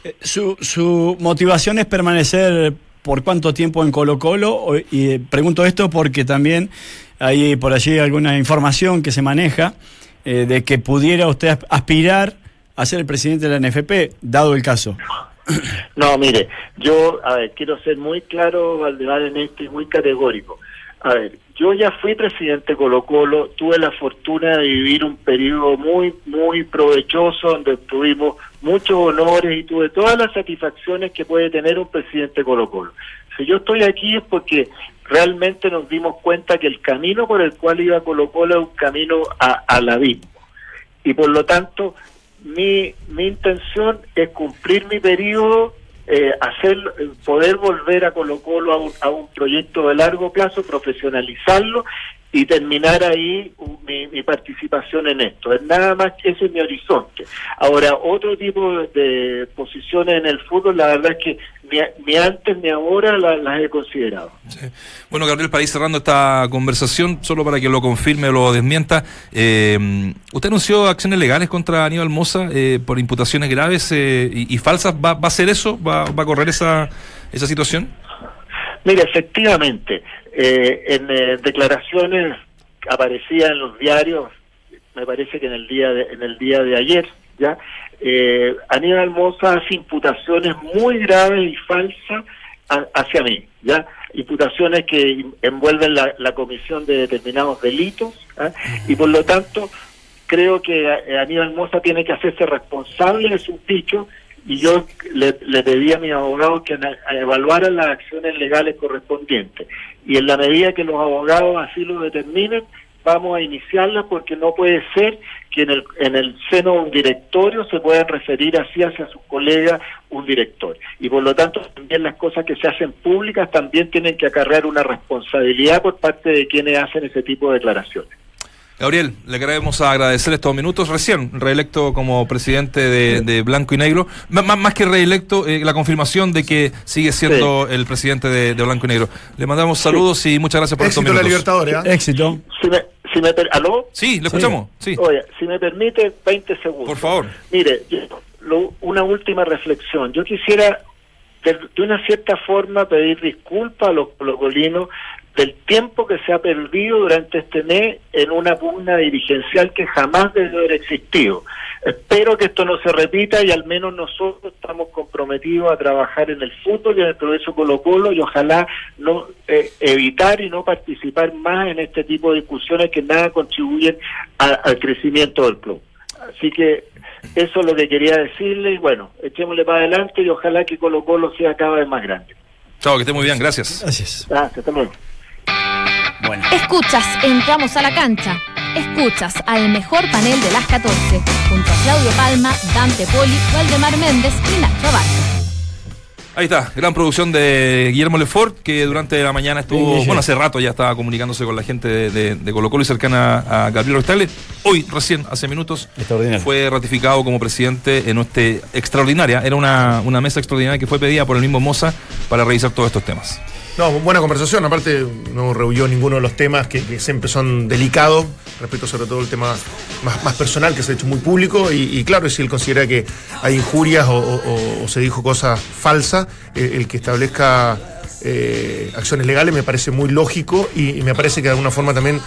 Speaker 3: Su motivación es permanecer por cuánto tiempo en Colo-Colo, y pregunto esto porque también hay por allí alguna información que se maneja de que pudiera usted aspirar a ser el presidente de la NFP, dado el caso.
Speaker 5: No, mire, yo, quiero ser muy claro, Valdebar, en esto y muy categórico. Yo ya fui presidente de Colo-Colo, tuve la fortuna de vivir un periodo muy, muy provechoso, donde tuvimos muchos honores y tuve todas las satisfacciones que puede tener un presidente de Colo-Colo. Si yo estoy aquí es porque realmente nos dimos cuenta que el camino por el cual iba Colo-Colo es un camino al abismo. Y por lo tanto, mi intención es cumplir mi periodo, poder volver a Colo-Colo a un proyecto de largo plazo, profesionalizarlo y terminar ahí mi participación en esto. Es nada más que ese es mi horizonte. Ahora, otro tipo de posiciones en el fútbol, la verdad es que ni antes ni ahora las he considerado.
Speaker 1: Sí. Bueno, Gabriel, para ir cerrando esta conversación, solo para que lo confirme o lo desmienta, usted anunció acciones legales contra Aníbal Mosa por imputaciones graves y falsas. ¿Va a hacer eso? ¿Va a correr esa situación?
Speaker 5: Mira, efectivamente, en declaraciones aparecía en los diarios, me parece que en el día de ayer, ya Aníbal Mosa hace imputaciones muy graves y falsas hacia mí, ya imputaciones que envuelven la comisión de determinados delitos, y por lo tanto creo que Aníbal Mosa tiene que hacerse responsable de sus dichos, y yo le pedí a mis abogados que evaluaran las acciones legales correspondientes, y en la medida que los abogados así lo determinen, vamos a iniciarlas, porque no puede ser que en el seno de un directorio se puedan referir así hacia sus colegas un director. Y por lo tanto también las cosas que se hacen públicas también tienen que acarrear una responsabilidad por parte de quienes hacen ese tipo de declaraciones.
Speaker 1: Gabriel, le queremos agradecer estos minutos. Recién reelecto como presidente de Blanco y Negro. Más que reelecto, la confirmación de que sigue siendo el presidente de Blanco y Negro. Le mandamos saludos y muchas gracias por estos minutos.
Speaker 4: Éxito la Libertadores, ¿eh?
Speaker 3: Éxito.
Speaker 5: ¿Aló?
Speaker 1: Sí, lo escuchamos. Sí.
Speaker 5: Oye, si me permite 20 segundos.
Speaker 1: Por favor.
Speaker 5: Mire, una última reflexión. Yo quisiera, de una cierta forma, pedir disculpas a los colocolinos del tiempo que se ha perdido durante este mes en una pugna dirigencial que jamás debió haber existido. Espero que esto no se repita, y al menos nosotros estamos comprometidos a trabajar en el fútbol y en el progreso Colo-Colo, y ojalá no evitar y no participar más en este tipo de discusiones que nada contribuyen al crecimiento del club. Así que eso es lo que quería decirle, y bueno, echémosle para adelante y ojalá que Colo-Colo sea cada vez más grande.
Speaker 1: Chao, que esté muy bien, gracias.
Speaker 3: Gracias.
Speaker 5: Hasta luego.
Speaker 3: Bueno.
Speaker 2: Escuchas, entramos a la cancha. Escuchas al mejor panel de las 14, junto a Claudio Palma, Dante Poli, Waldemar Méndez y Nacho Abarca.
Speaker 1: Ahí está, gran producción de Guillermo Lefort, que durante la mañana estuvo, bueno, hace rato ya estaba comunicándose con la gente de Colo-Colo y cercana a Gabriel Ruiz-Tagle. Hoy, recién, hace minutos, fue ratificado como presidente en extraordinaria. Era una mesa extraordinaria que fue pedida por el mismo Mosa para revisar todos estos temas.
Speaker 4: No, buena conversación. Aparte, no rehuyó ninguno de los temas que siempre son delicados, respecto sobre todo el tema más personal, que se ha hecho muy público. Y claro, si él considera que hay injurias o se dijo cosas falsas, el que establezca acciones legales me parece muy lógico, y me parece que de alguna forma también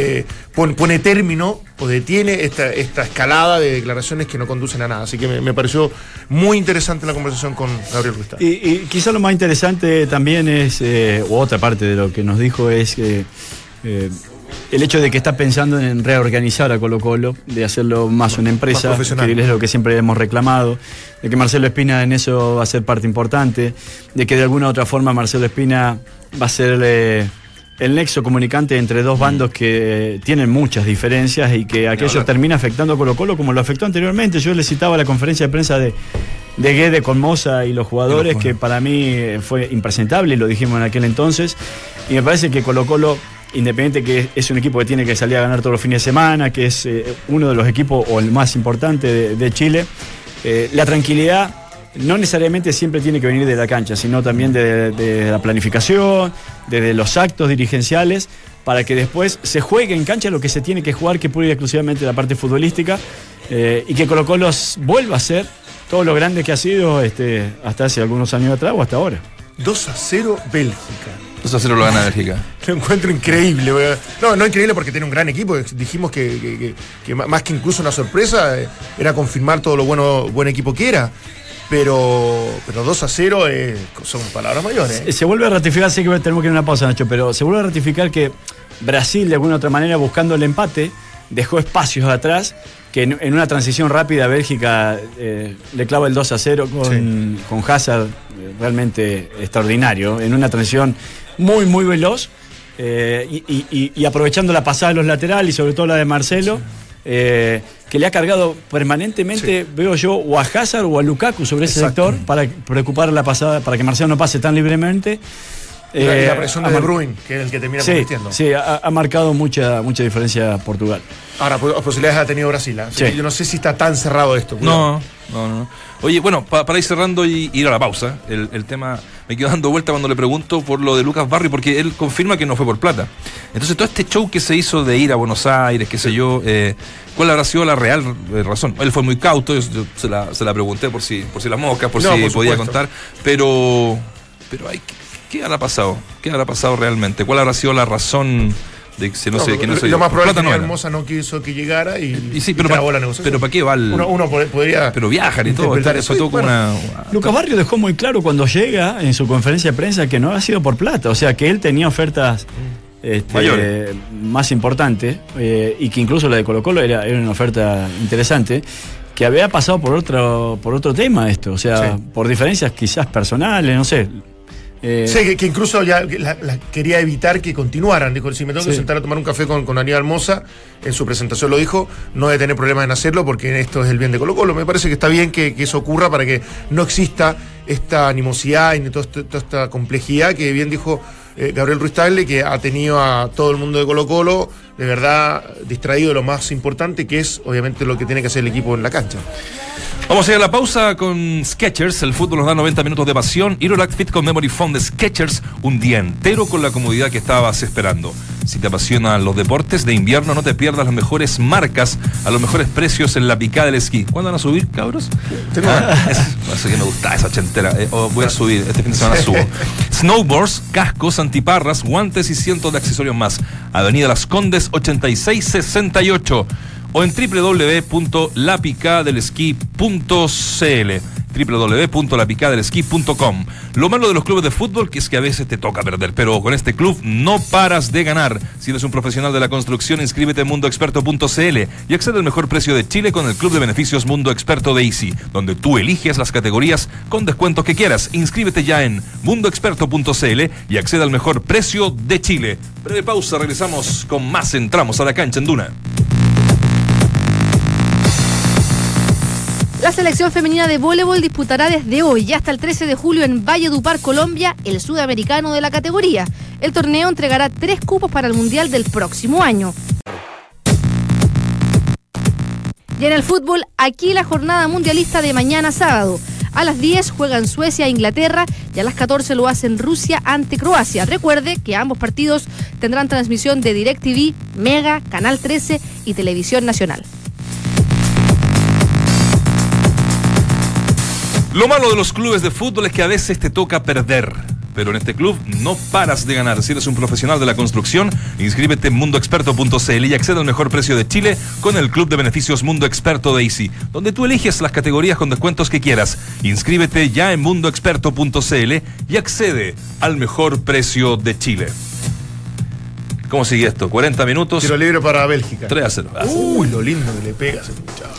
Speaker 4: pone término o detiene esta escalada de declaraciones que no conducen a nada. Así que me pareció muy interesante la conversación con Gabriel Ruiz-Tagle.
Speaker 3: Y quizá lo más interesante también es, o otra parte de lo que nos dijo es que el hecho de que está pensando en reorganizar a Colo-Colo, de hacerlo más una empresa, que es lo que siempre hemos reclamado, de que Marcelo Espina en eso va a ser parte importante, de que de alguna u otra forma Marcelo Espina va a ser el nexo comunicante entre dos bandos que tienen muchas diferencias y que aquello termina afectando a Colo-Colo como lo afectó anteriormente. Yo le citaba la conferencia de prensa de Guede con Moza y los jugadores, que para mí fue impresentable, y lo dijimos en aquel entonces, y me parece que Colo-Colo, independiente que es un equipo que tiene que salir a ganar todos los fines de semana, que es uno de los equipos o el más importante de Chile, la tranquilidad no necesariamente siempre tiene que venir de la cancha, sino también de la planificación, desde los actos dirigenciales, para que después se juegue en cancha lo que se tiene que jugar, que pura y exclusivamente la parte futbolística, y que Colo-Colo vuelva a ser todo lo grande que ha sido hasta hace algunos años atrás o hasta ahora.
Speaker 4: 2-0 Bélgica.
Speaker 1: 2-0 lo gana Bélgica.
Speaker 4: Lo encuentro increíble. No increíble porque tiene un gran equipo. Dijimos que más que incluso una sorpresa, era confirmar todo lo buen equipo que era. Pero 2-0 son palabras mayores.
Speaker 3: Se vuelve a ratificar, sé que tenemos que ir a una pausa, Nacho, pero se vuelve a ratificar que Brasil, de alguna otra manera, buscando el empate, dejó espacios atrás, que en una transición rápida Bélgica le clava el 2-0 con Hazard, realmente extraordinario, en una transición muy, muy veloz, y aprovechando la pasada de los laterales y sobre todo la de Marcelo, que le ha cargado permanentemente, veo yo, o a Hazard o a Lukaku sobre ese sector, para preocupar la pasada, para que Marcelo no pase tan libremente.
Speaker 4: Y la presión de Bruyne, que es el que termina convirtiendo.
Speaker 3: Sí, ha marcado mucha diferencia Portugal.
Speaker 4: Ahora, posibilidades ha tenido Brasil. Yo no sé si está tan cerrado esto.
Speaker 1: No. Oye, bueno, para ir cerrando y ir a la pausa, el tema me quedo dando vuelta cuando le pregunto por lo de Lucas Barrio, porque él confirma que no fue por plata. Entonces, todo este show que se hizo de ir a Buenos Aires, qué sé yo, ¿cuál habrá sido la real razón? Él fue muy cauto, yo se la pregunté por si las moscas, por si podía contar, pero ¿qué habrá pasado? ¿Qué habrá pasado realmente? ¿Cuál habrá sido la razón de que no sé?
Speaker 4: Lo más probable es que Hermosa no quiso que llegara y
Speaker 1: sí, pero ¿para qué va
Speaker 4: uno podría?
Speaker 1: Pero viajan y todo. Eso todo como
Speaker 3: Lucas Barrio dejó muy claro cuando llega en su conferencia de prensa que no ha sido por plata, o sea que él tenía ofertas más importantes, y que incluso la de Colo-Colo era una oferta interesante, que había pasado por otro tema esto, o sea, por diferencias quizás personales, no sé.
Speaker 4: Sí, que incluso ya quería evitar que continuaran. Dijo, si me tengo que sentar a tomar un café con Aníbal Moza, en su presentación lo dijo, no debe tener problemas en hacerlo porque esto es el bien de Colo-Colo. Me parece que está bien que eso ocurra para que no exista esta animosidad y toda esta complejidad que bien dijo Gabriel Ruiz Tagle, que ha tenido a todo el mundo de Colo-Colo de verdad distraído de lo más importante, que es obviamente lo que tiene que hacer el equipo en la cancha.
Speaker 1: Vamos a ir a la pausa con Skechers. El fútbol nos da 90 minutos de pasión. Irolac Fit con Memory Foam de Skechers, un día entero con la comodidad que estabas esperando. Si te apasionan los deportes de invierno, no te pierdas las mejores marcas a los mejores precios en la picada del esquí. ¿Cuándo van a subir, cabros? Eso que me gusta, esa ochentera. Voy a subir, este fin de semana subo. Snowboards, cascos, antiparras, guantes y cientos de accesorios más. Avenida Las Condes 8668 o en www.lapicadelesquí.cl www.lapicadelesquí.com. Lo malo de los clubes de fútbol que es que a veces te toca perder, pero con este club no paras de ganar. Si eres un profesional de la construcción, inscríbete en mundoexperto.cl y accede al mejor precio de Chile con el club de beneficios Mundo Experto de Easy, donde tú eliges las categorías con descuentos que quieras. Inscríbete ya en mundoexperto.cl y accede al mejor precio de Chile. Breve pausa, regresamos con más. Entramos a la cancha en Duna.
Speaker 2: La selección femenina de voleibol disputará desde hoy y hasta el 13 de julio en Valledupar, Colombia, el sudamericano de la categoría. El torneo entregará 3 cupos para el Mundial del próximo año. Y en el fútbol, aquí la jornada mundialista de mañana sábado. A las 10 juegan Suecia e Inglaterra y a las 14 lo hacen Rusia ante Croacia. Recuerde que ambos partidos tendrán transmisión de DirecTV, Mega, Canal 13 y Televisión Nacional.
Speaker 1: Lo malo de los clubes de fútbol es que a veces te toca perder, pero en este club no paras de ganar. Si eres un profesional de la construcción, inscríbete en mundoexperto.cl y accede al mejor precio de Chile con el club de beneficios Mundo Experto de Easy, donde tú eliges las categorías con descuentos que quieras. Inscríbete ya en mundoexperto.cl y accede al mejor precio de Chile. ¿Cómo sigue esto? 40 minutos.
Speaker 4: Tiro libre para Bélgica.
Speaker 1: 3-0.
Speaker 4: Uy, lo lindo que le pega a ese muchacho.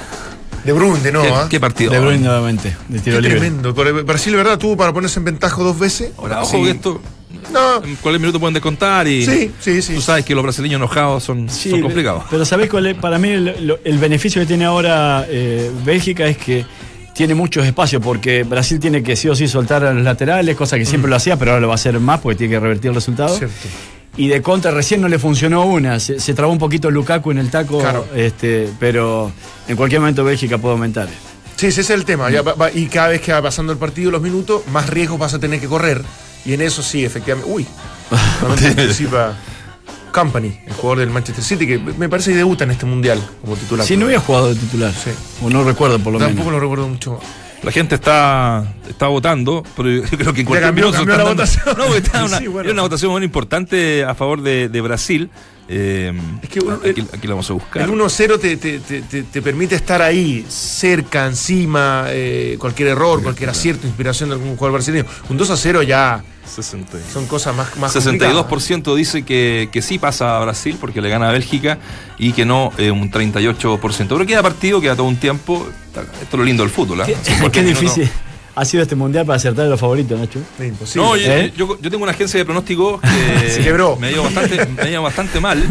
Speaker 4: De Bruyne, de nuevo.
Speaker 1: ¿Qué partido?
Speaker 3: De Bruyne nuevamente, de tiro
Speaker 4: Qué
Speaker 3: libre.
Speaker 4: tremendo. Brasil, ¿verdad? Tuvo para ponerse en ventaja 2 veces.
Speaker 1: Ahora, ojo
Speaker 4: Sí.
Speaker 1: que esto.
Speaker 4: No.
Speaker 1: En cualquier minuto pueden descontar y.
Speaker 4: Sí.
Speaker 1: Tú sabes que los brasileños enojados son complicados.
Speaker 3: Pero ¿sabés cuál es? Para mí el beneficio que tiene ahora Bélgica es que tiene muchos espacios, porque Brasil tiene que sí o sí soltar a los laterales, cosa que siempre lo hacía, pero ahora lo va a hacer más porque tiene que revertir el resultado.
Speaker 4: Cierto.
Speaker 3: Y de contra recién no le funcionó una, se trabó un poquito Lukaku en el taco,
Speaker 4: Claro.
Speaker 3: pero en cualquier momento Bélgica puede aumentar.
Speaker 4: Sí, ese es el tema. Y cada vez que va pasando el partido, los minutos, más riesgos vas a tener que correr. Y en eso sí, efectivamente. Uy. Realmente participa Company, el jugador del Manchester City, que me parece que debuta en este mundial como titular.
Speaker 3: Sí, no había jugado de titular.
Speaker 4: Sí.
Speaker 3: O no recuerdo por lo
Speaker 4: Tampoco
Speaker 3: menos.
Speaker 4: lo recuerdo mucho.
Speaker 1: La gente está votando, pero yo creo que en cualquier
Speaker 4: cambió
Speaker 1: minuto
Speaker 4: la
Speaker 1: están dando-
Speaker 4: votación.
Speaker 1: No, porque está
Speaker 4: Sí, bueno.
Speaker 1: es una votación muy importante a favor de Brasil.
Speaker 4: Es que
Speaker 1: Aquí la vamos a buscar.
Speaker 4: el 1-0 te permite estar ahí, cerca, encima, cualquier error, cualquier acierto, inspiración de algún jugador brasileño. Un 2-0 ya
Speaker 1: 60.
Speaker 4: son cosas más
Speaker 1: 62% dice que sí pasa a Brasil porque le gana a Bélgica y que no un 38%. Pero queda partido, queda todo un tiempo. Esto es lo lindo del fútbol. ¿Eh?
Speaker 3: Qué difícil ha sido este mundial para acertar a los favoritos, Nacho.
Speaker 4: imposible.
Speaker 1: No,
Speaker 3: ¿Eh?
Speaker 1: yo tengo una agencia de pronósticos que
Speaker 4: Se quebró.
Speaker 1: me ha ido bastante mal.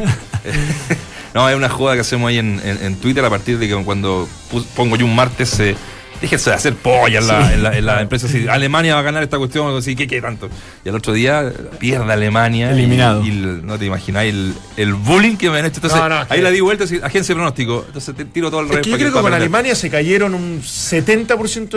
Speaker 1: No, es una joda que hacemos ahí en Twitter a partir de que cuando pongo yo un martes, déjense de hacer pollas en la empresa. Si Alemania va a ganar esta cuestión, así, ¿qué tanto? Y al otro día pierde Alemania.
Speaker 3: Eliminado.
Speaker 1: Y no te imagináis el bullying que me han hecho. Entonces,
Speaker 4: No,
Speaker 1: ahí la di vuelta, así, agencia de pronóstico. Entonces te tiro todo el
Speaker 4: Es
Speaker 1: revés.
Speaker 4: que yo
Speaker 1: para
Speaker 4: creo que con
Speaker 1: para perder.
Speaker 4: Alemania se cayeron un 70%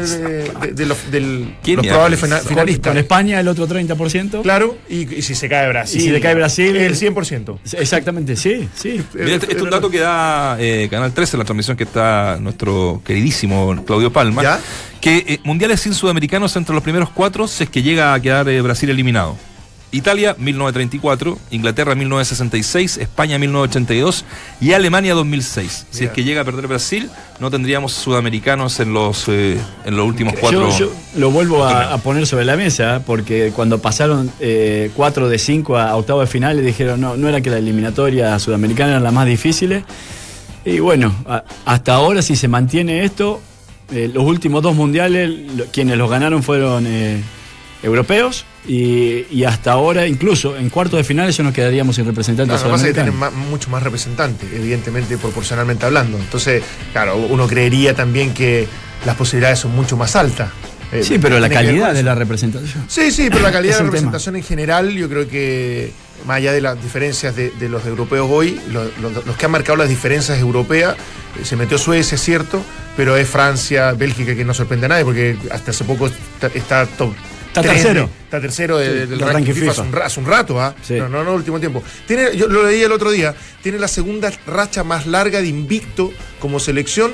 Speaker 4: de los
Speaker 1: ¿Quién
Speaker 4: los
Speaker 1: ya?
Speaker 4: probables
Speaker 3: Con
Speaker 4: finalistas.
Speaker 3: España el otro 30%.
Speaker 4: Claro, y si se cae Brasil.
Speaker 3: Y si le cae Brasil,
Speaker 4: el 100%.
Speaker 3: Exactamente, sí.
Speaker 1: Mira, este es un dato que da Canal 13 en la transmisión que está nuestro queridísimo Claudio Palma.
Speaker 4: ¿Ya?
Speaker 1: Que mundiales sin sudamericanos entre los primeros 4 si es que llega a quedar Brasil eliminado. Italia 1934, Inglaterra 1966, España 1982 y Alemania 2006. Si es que llega a perder Brasil, no tendríamos sudamericanos en los últimos 4.
Speaker 3: Yo lo vuelvo a poner sobre la mesa, porque cuando pasaron 4 de 5 a octavos de finales dijeron no era que la eliminatoria sudamericana era la más difícil. Y bueno, hasta ahora si se mantiene esto, los últimos 2 mundiales quienes los ganaron fueron europeos y hasta ahora incluso en cuartos de finales ya nos quedaríamos sin representantes
Speaker 4: Lo que pasa es que
Speaker 3: sudamericanos.
Speaker 4: tienen mucho más representantes, evidentemente, proporcionalmente hablando. Entonces, claro, uno creería también que las posibilidades son mucho más altas.
Speaker 3: Sí, pero la
Speaker 4: tiene que ver
Speaker 3: calidad
Speaker 4: con
Speaker 3: de
Speaker 4: eso.
Speaker 3: la representación.
Speaker 4: Sí, pero la calidad
Speaker 3: Es
Speaker 4: de la
Speaker 3: el tema.
Speaker 4: representación en general, yo creo que más allá de las diferencias de los europeos hoy, los que han marcado las diferencias europeas, se metió Suecia, es cierto, pero es Francia, Bélgica, que no sorprende a nadie, porque hasta hace poco está top.
Speaker 3: Está tercero.
Speaker 4: Está tercero del
Speaker 3: del
Speaker 4: ranking
Speaker 3: ranking
Speaker 4: FIFA
Speaker 3: FIFA.
Speaker 4: hace un rato, ¿ah?
Speaker 3: Sí.
Speaker 4: No, último tiempo. Yo lo leí el otro día, tiene la segunda racha más larga de invicto como selección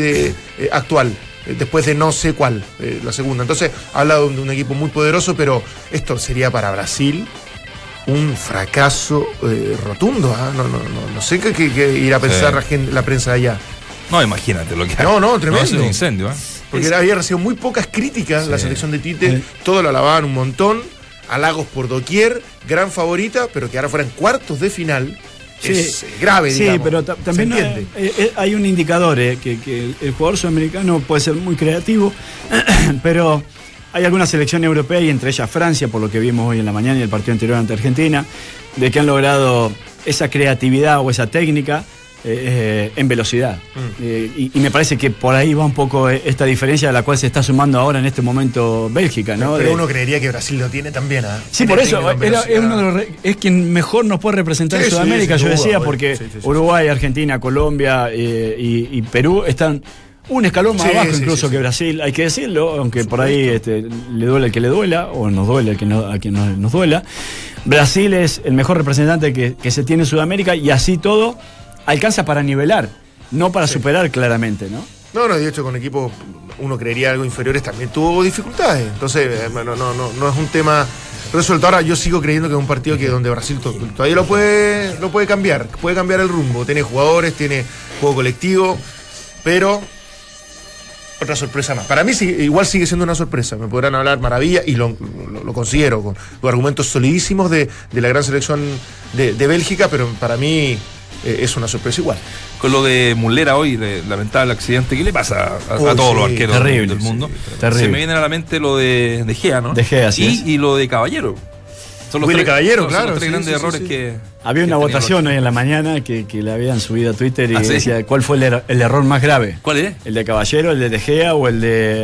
Speaker 4: actual. Después de no sé cuál, la segunda. Entonces, habla de un equipo muy poderoso, pero esto sería para Brasil un fracaso rotundo. ¿Ah? No sé qué ir a pensar la prensa de allá.
Speaker 1: No, imagínate lo que hay.
Speaker 4: No, tremendo.
Speaker 1: Es un incendio, ¿eh?
Speaker 4: Porque había recibido muy pocas críticas la selección de Tite,
Speaker 3: Sí.
Speaker 4: todos la alababan un montón, halagos por doquier, gran favorita, pero que ahora fuera en cuartos de final. Es grave,
Speaker 3: Sí,
Speaker 4: digamos.
Speaker 3: pero también
Speaker 4: ¿Se entiende?
Speaker 3: hay un indicador, que el jugador sudamericano puede ser muy creativo, pero hay alguna selección europea, y entre ellas Francia, por lo que vimos hoy en la mañana y el partido anterior ante Argentina, de que han logrado esa creatividad o esa técnica en velocidad. Y me parece que por ahí va un poco esta diferencia a la cual se está sumando ahora en este momento Bélgica, ¿no?
Speaker 4: Pero uno creería que Brasil lo tiene también. ¿Ah?
Speaker 3: Sí,
Speaker 4: Tiene
Speaker 3: por eso,
Speaker 4: técnico en
Speaker 3: es, uno de los es quien mejor nos puede representar
Speaker 4: Sí,
Speaker 3: en Sudamérica,
Speaker 4: sin
Speaker 3: yo
Speaker 4: duda,
Speaker 3: decía,
Speaker 4: bueno,
Speaker 3: porque
Speaker 4: sí.
Speaker 3: Uruguay, Argentina, Colombia y Perú están un escalón más
Speaker 4: Sí,
Speaker 3: abajo
Speaker 4: sí,
Speaker 3: incluso
Speaker 4: sí,
Speaker 3: que
Speaker 4: sí.
Speaker 3: Brasil, hay que decirlo, aunque por ahí le duele el que le duela, o nos duele el que a quien nos duela. Brasil es el mejor representante que se tiene en Sudamérica, y así todo alcanza para nivelar, no para superar claramente, ¿no?
Speaker 4: No, de hecho con equipos uno creería algo inferiores también tuvo dificultades. Entonces, no es un tema resuelto. Ahora yo sigo creyendo que es un partido que donde Brasil todavía lo puede cambiar el rumbo. Tiene jugadores, tiene juego colectivo, pero otra sorpresa más. Para mí igual sigue siendo una sorpresa. Me podrán hablar maravilla y lo considero con argumentos solidísimos de la gran selección de Bélgica, pero para mí es una sorpresa igual.
Speaker 1: Con lo de Muslera hoy, lamentable accidente, ¿qué le pasa a todos los arqueros del mundo?
Speaker 3: Terrible.
Speaker 1: Se me viene a la mente lo de Gea, ¿no?
Speaker 3: De Gea, sí.
Speaker 1: Y lo de Caballero. Son los
Speaker 4: de Caballero, claro.
Speaker 1: Son los tres grandes errores que...
Speaker 3: Había una votación hoy en la mañana que le habían subido a Twitter y
Speaker 1: ¿sí?
Speaker 3: decía cuál fue el error más grave.
Speaker 1: ¿Cuál es?
Speaker 3: ¿El de Caballero, el de Gea o el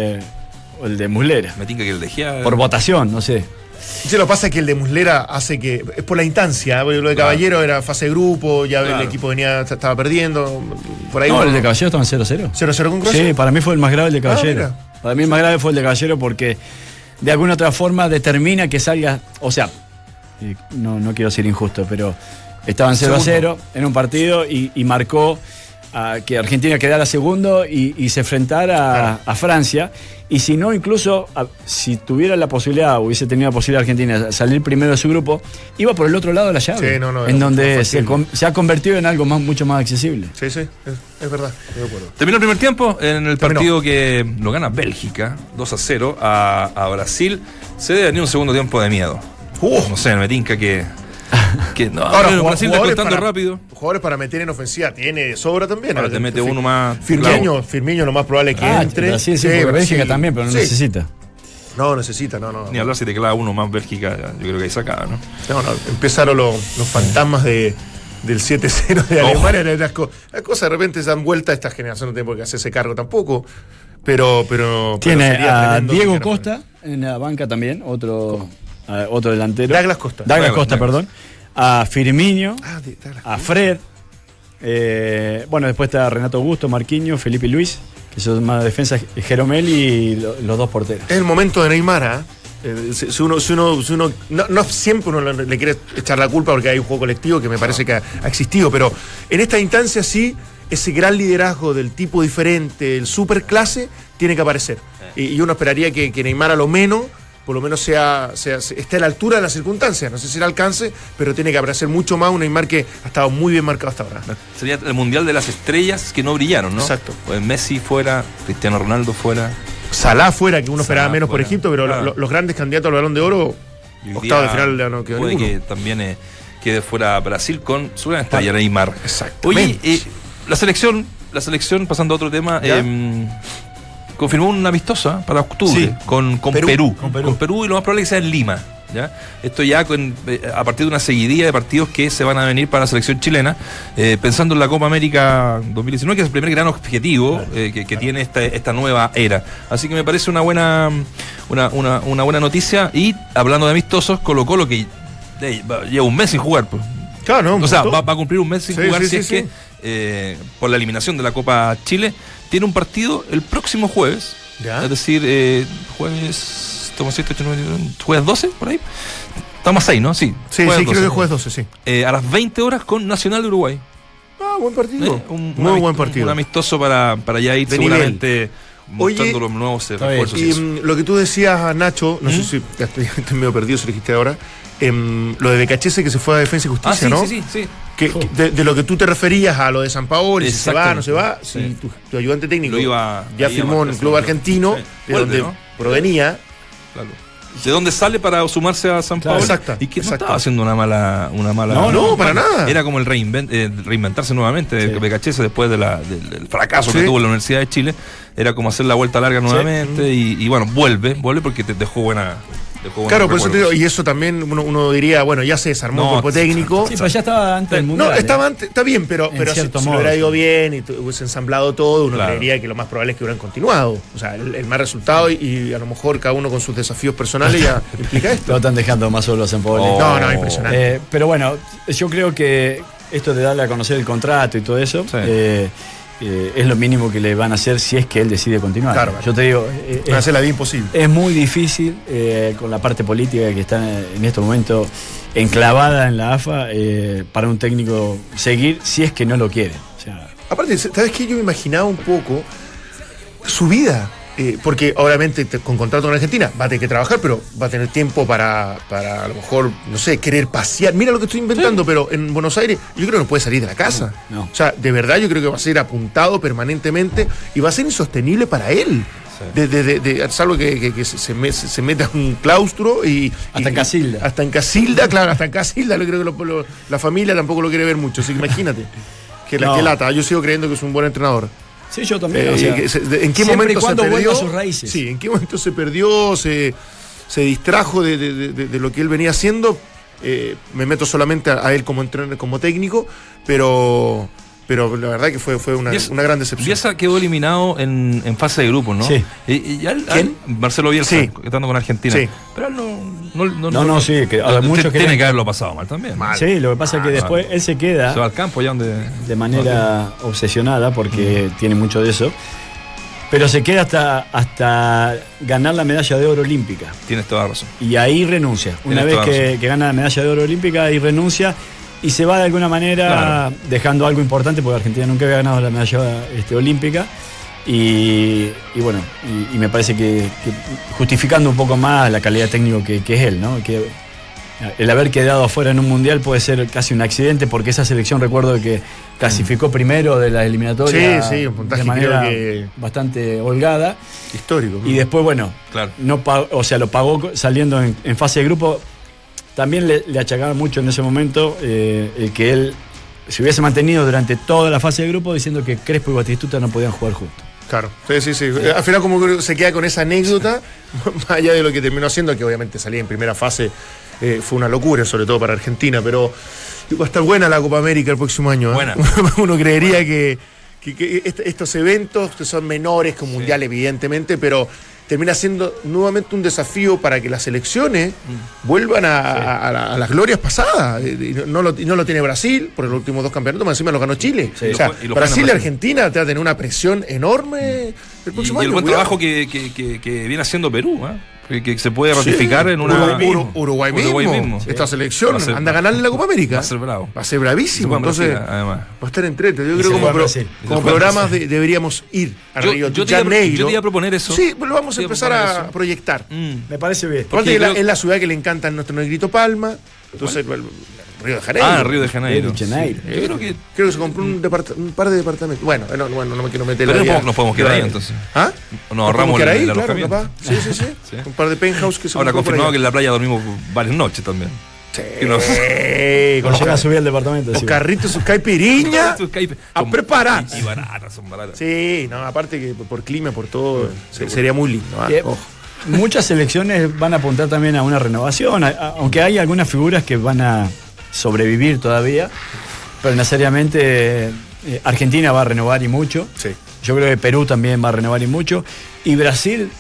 Speaker 3: de Muslera?
Speaker 1: Me tinca que el de Gea...
Speaker 3: Por votación, no sé.
Speaker 4: Sí, lo que pasa es que el de Muslera hace que... Es por la instancia, porque lo de Caballero era fase de grupo, ya el equipo estaba perdiendo, por ahí...
Speaker 3: No, el de Caballero estaba en 0-0.
Speaker 4: ¿0-0 con Croacia?
Speaker 3: Sí, para mí fue el más grave el de Caballero. Para mí el más grave fue el de Caballero porque de alguna otra forma determina que salga... O sea, no quiero ser injusto, pero estaban 0-0 en un partido y marcó que Argentina quedara segundo y se enfrentara a Francia. Y si no, incluso si tuviera la posibilidad, hubiese tenido la posibilidad Argentina de salir primero de su grupo, iba por el otro lado de la llave, en donde se ha convertido en algo mucho más accesible.
Speaker 4: Sí, es verdad, estoy de acuerdo.
Speaker 1: Terminó el primer tiempo en el partido que lo gana Bélgica, 2-0 a Brasil. Se debe ni un segundo tiempo de miedo. No sé, me tinca que no.
Speaker 4: Ahora,
Speaker 1: Brasil descontando rápido.
Speaker 4: Jugadores para meter en ofensiva tiene de sobra también.
Speaker 1: Ahora te mete uno más.
Speaker 4: Firmino lo más probable es que entre.
Speaker 3: Sí, Bélgica también, pero no necesita.
Speaker 4: No necesita, no.
Speaker 1: Ni hablar si te clava uno más Bélgica, yo creo que ahí sacaba, ¿no?
Speaker 4: No, empezaron los fantasmas del 7-0 de Alemania. Las cosas de repente se dan vuelta. Esta generación no tiene por qué hacerse cargo tampoco. Pero
Speaker 3: tiene a Diego Costa en la banca también, otro delantero.
Speaker 4: Douglas Costa,
Speaker 3: perdón. A Firmino, a Fred. Bueno, después está Renato Augusto, Marquinhos, Felipe Luis, que son más defensas, Jeromel y los dos porteros.
Speaker 4: Es el momento de Neymar, si uno no siempre uno le quiere echar la culpa porque hay un juego colectivo que me parece que ha existido, pero en esta instancia sí, ese gran liderazgo del tipo diferente, el superclase, tiene que aparecer. Y uno esperaría que Neymar a lo menos por lo menos esté a la altura de las circunstancias. No sé si le alcance, pero tiene que aparecer mucho más un Neymar que ha estado muy bien marcado hasta ahora.
Speaker 1: Sería el mundial de las estrellas que no brillaron, ¿no?
Speaker 4: Exacto.
Speaker 1: Pues Messi fuera, Cristiano Ronaldo fuera,
Speaker 4: Salah fuera, que uno esperaba menos por Egipto, pero los grandes candidatos al Balón de Oro, octavo de final no quedó
Speaker 1: puede
Speaker 4: ninguno.
Speaker 1: que también quede fuera Brasil con su gran estrella Neymar.
Speaker 4: Exacto.
Speaker 1: Oye, la selección, pasando a otro tema, confirmó una amistosa para octubre con Perú. Con Perú, y lo más probable es que sea en Lima. ¿Ya? Esto ya a partir de una seguidilla de partidos que se van a venir para la selección chilena, pensando en la Copa América 2019, que es el primer gran objetivo que tiene esta nueva era. Así que me parece una buena noticia. Y hablando de amistosos, Colo-Colo, que lleva un mes sin jugar, pues.
Speaker 4: Claro, no,
Speaker 1: o sea, va a cumplir un mes sin jugar que por la eliminación de la Copa Chile tiene un partido el próximo jueves. ¿Ya? Es decir, jueves 12, por ahí. Estamos a 6, ¿no? Sí,
Speaker 4: creo que jueves 12, sí.
Speaker 1: A las 20 horas con Nacional de Uruguay.
Speaker 4: Buen partido. Muy buen partido.
Speaker 1: Un amistoso para ya ir de seguramente mostrando los nuevos refuerzos.
Speaker 4: Y lo que tú decías, Nacho, no sé si estoy medio perdido si lo dijiste ahora, lo de Becachese que se fue a Defensa y Justicia, ¿no?
Speaker 1: Sí.
Speaker 4: Que de lo que tú te referías a lo de Sampaoli, si se va, no se va, si tu ayudante técnico ya firmó en un club argentino, de donde provenía.
Speaker 1: Claro. ¿De dónde sale para sumarse a San Pablo?
Speaker 4: Exacto.
Speaker 1: Y que no estaba haciendo una mala.
Speaker 4: No, para nada.
Speaker 1: Era como el reinventarse nuevamente de Becachese después del fracaso que tuvo en la Universidad de Chile. Era como hacer la vuelta larga nuevamente. Y bueno, vuelve porque te dejó buena.
Speaker 4: Claro, por eso te digo, y eso también uno diría, bueno, ya se desarmó el cuerpo técnico.
Speaker 3: Sí, pero ya estaba antes del mundial.
Speaker 4: No, estaba antes, está bien, pero si lo hubiera ido bien y hubiese ensamblado todo, uno creería que lo más probable es que hubieran continuado. O sea, el más resultado y a lo mejor cada uno con sus desafíos personales ya implica esto.
Speaker 3: Lo están dejando más solo a San Pablo.
Speaker 4: No, impresionante.
Speaker 3: Pero bueno, yo creo que esto de darle a conocer el contrato y todo eso, es lo mínimo que le van a hacer si es que él decide continuar.
Speaker 4: Claro,
Speaker 3: yo te digo,
Speaker 4: va a ser la vida imposible.
Speaker 3: Es muy difícil con la parte política que está en este momento enclavada en la AFA para un técnico seguir si es que no lo quiere. O sea,
Speaker 4: aparte, ¿sabes qué? Yo me imaginaba un poco su vida. porque obviamente con contrato con Argentina va a tener que trabajar, pero va a tener tiempo para a lo mejor, no sé, querer pasear. Mira lo que estoy inventando, pero en Buenos Aires yo creo que no puede salir de la casa.
Speaker 3: No.
Speaker 4: O sea, de verdad yo creo que va a ser apuntado permanentemente y va a ser insostenible para él. Salvo que se meta en un claustro y...
Speaker 3: Hasta en Casilda.
Speaker 4: Hasta en Casilda, claro, hasta en Casilda. Yo creo que la familia tampoco lo quiere ver mucho, así que imagínate. Que lata. Yo sigo creyendo que es un buen entrenador.
Speaker 3: Sí, yo también. O sea,
Speaker 4: ¿en qué momento se perdió?
Speaker 3: A sus raíces.
Speaker 4: Sí, ¿en qué momento se perdió? Se distrajo de lo que él venía haciendo. Me meto solamente a él como entrenador, como técnico, pero la verdad que fue una gran decepción.
Speaker 1: Bielsa quedó eliminado en fase de grupos, ¿no?
Speaker 3: Sí.
Speaker 1: ¿Quién? Marcelo Bielsa,
Speaker 4: Sí.
Speaker 1: estando con Argentina.
Speaker 4: Sí.
Speaker 1: Pero él
Speaker 3: sí, que a muchos
Speaker 1: tiene que haberlo pasado mal también.
Speaker 3: Sí, lo que pasa es que después él se queda
Speaker 1: Se va al campo ya donde...
Speaker 3: de manera obsesionada, porque tiene mucho de eso, pero se queda hasta ganar la medalla de oro olímpica.
Speaker 1: Tienes toda la razón.
Speaker 3: Y ahí renuncia. Una vez que gana la medalla de oro olímpica, ahí renuncia y se va de alguna manera dejando algo importante, porque Argentina nunca había ganado la medalla olímpica. Y bueno, y me parece que justificando un poco más la calidad técnico que es él, ¿no? Que el haber quedado afuera en un mundial puede ser casi un accidente, porque esa selección, recuerdo que clasificó primero de la eliminatoria
Speaker 4: un puntaje
Speaker 3: de manera
Speaker 4: creo que
Speaker 3: bastante holgada.
Speaker 4: Histórico.
Speaker 3: Y después, bueno,
Speaker 1: Claro.
Speaker 3: no pagó, o sea, lo pagó saliendo en fase de grupo. También le achacaba mucho en ese momento el que él se hubiese mantenido durante toda la fase de grupo diciendo que Crespo y Batistuta no podían jugar juntos.
Speaker 4: Claro, sí. Al final como que se queda con esa anécdota, más allá de lo que terminó haciendo, que obviamente salía en primera fase, fue una locura, sobre todo para Argentina, pero va a estar buena la Copa América el próximo año.
Speaker 1: Buena.
Speaker 4: Uno creería que estos eventos, que son menores que un mundial, evidentemente, pero termina siendo nuevamente un desafío para que las selecciones vuelvan a las glorias pasadas. Y no lo tiene Brasil por los últimos 2 campeonatos, más encima lo ganó Chile.
Speaker 3: Sí.
Speaker 4: O sea,
Speaker 1: Y lo
Speaker 4: Brasil y
Speaker 1: juegan en
Speaker 4: Argentina te va a tener una presión enorme el próximo
Speaker 1: Y el
Speaker 4: año.
Speaker 1: buen
Speaker 4: cuidado.
Speaker 1: trabajo que viene haciendo Perú, que se puede ratificar en una...
Speaker 4: Uruguay mismo. Esta selección
Speaker 1: Va a ser-
Speaker 4: anda a ganarle la Copa América.
Speaker 1: Va a ser bravo.
Speaker 4: Va a ser bravísimo.
Speaker 1: Se puede
Speaker 4: Entonces,
Speaker 1: Brasil, además.
Speaker 4: va a estar entrete. Yo
Speaker 3: Y
Speaker 4: creo
Speaker 3: se
Speaker 4: que
Speaker 3: juega en Brasil.
Speaker 4: como programas deberíamos ir a Río de Janeiro.
Speaker 1: Yo te iba a proponer eso.
Speaker 4: Sí, pues lo vamos a
Speaker 1: Te iba a
Speaker 4: empezar
Speaker 1: proponer
Speaker 4: a
Speaker 1: eso.
Speaker 4: proyectar.
Speaker 3: Me parece bien.
Speaker 4: Aparte que
Speaker 1: creo-
Speaker 4: es la ciudad que le encanta a nuestro negrito Palma. Entonces, Río de Janeiro.
Speaker 1: Río de Janeiro.
Speaker 3: Río de Janeiro.
Speaker 1: Yo creo que...
Speaker 4: Creo que se compró un par de departamentos. Bueno, no me quiero meter
Speaker 1: Pero
Speaker 4: la
Speaker 1: nos podemos quedar ahí, entonces.
Speaker 4: ¿Ah?
Speaker 1: Nos ahorramos
Speaker 4: quedar ahí,
Speaker 1: el
Speaker 4: claro,
Speaker 1: alojamiento.
Speaker 4: capaz. Sí.
Speaker 1: Sí.
Speaker 4: Un par de penthouse que se
Speaker 1: Ahora
Speaker 4: compró por
Speaker 1: confirmado
Speaker 4: allá.
Speaker 1: que en la playa dormimos varias noches también.
Speaker 4: Sí,
Speaker 1: que no-
Speaker 4: con
Speaker 3: Llega a subir al departamento.
Speaker 4: los
Speaker 3: sí.
Speaker 4: carritos, sus caipiriñas. A
Speaker 1: Son-
Speaker 4: preparar.
Speaker 1: Y baratas, son baratas.
Speaker 4: Sí, no, aparte que por clima, por todo, sería muy lindo. ¿ah?
Speaker 3: Que
Speaker 4: Ojo.
Speaker 3: muchas selecciones van a apuntar también a una renovación, aunque hay algunas figuras que van a sobrevivir todavía, pero necesariamente Argentina va a renovar y mucho.
Speaker 4: Sí.
Speaker 3: Yo creo que Perú también va a renovar y mucho. Y Brasil,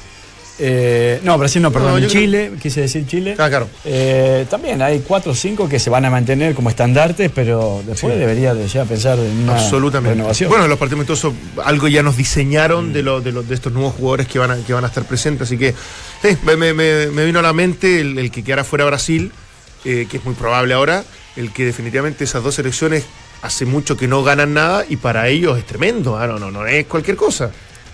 Speaker 3: Brasil no, perdón,
Speaker 4: yo
Speaker 3: Chile, quise decir Chile.
Speaker 4: Ah, claro.
Speaker 3: También hay 4 o 5 que se van a mantener como estandartes, pero después debería de ya pensar en una
Speaker 4: Absolutamente.
Speaker 3: renovación.
Speaker 4: Bueno, los partidos amistosos algo ya nos diseñaron de estos nuevos jugadores que van a estar presentes, así que me vino a la mente el que quedara fuera Brasil, que es muy probable ahora, el que definitivamente esas 2 selecciones hace mucho que no ganan nada y para ellos es tremendo. No es cualquier cosa.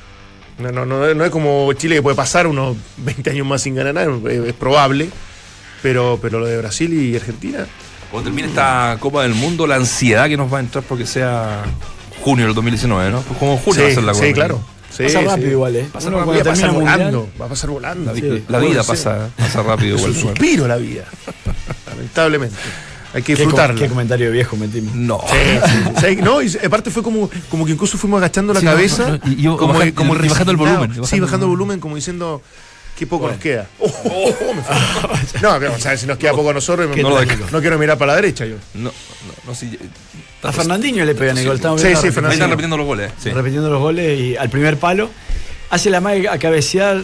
Speaker 4: No es como Chile, que puede pasar unos 20 años más sin ganar nada, es probable, pero lo de Brasil y Argentina.
Speaker 1: Cuando termine esta Copa del Mundo, la ansiedad que nos va a entrar porque sea junio del 2019, ¿no? Pues como junio va a ser la Copa.
Speaker 4: Sí, claro. Sí,
Speaker 3: Pasa rápido
Speaker 4: sí.
Speaker 3: igual, ¿eh?
Speaker 4: Pasa
Speaker 3: Uno
Speaker 4: rápido,
Speaker 3: cuando
Speaker 4: va a pasar
Speaker 3: termina el
Speaker 4: volando.
Speaker 3: mundial,
Speaker 4: Va a pasar volando.
Speaker 1: La vida
Speaker 4: Sí.
Speaker 1: pasa rápido
Speaker 4: Es un
Speaker 1: igual.
Speaker 4: suspiro la vida. Lamentablemente. Hay que
Speaker 3: ¿Qué
Speaker 4: disfrutarla.
Speaker 3: comentario viejo metimos?
Speaker 1: No.
Speaker 4: Sí, no, y aparte fue como que incluso fuimos agachando la
Speaker 1: Sí,
Speaker 4: cabeza.
Speaker 1: no, y yo
Speaker 4: como
Speaker 1: bajando el
Speaker 4: resignado.
Speaker 1: volumen.
Speaker 4: Sí, bajando el volumen, como diciendo qué poco nos queda. Me fue. No, vamos a ver si nos queda poco a nosotros.
Speaker 1: Qué trágico.
Speaker 4: No quiero mirar para la derecha yo.
Speaker 1: No, sí.
Speaker 3: A Fernandinho le pegan el gol. Estamos
Speaker 4: Sí,
Speaker 3: viendo
Speaker 4: sí,
Speaker 3: la
Speaker 4: Fernandinho.
Speaker 1: Ahí están repitiendo los goles. Sí.
Speaker 3: repitiendo los goles y al primer palo hace la magia a cabecear.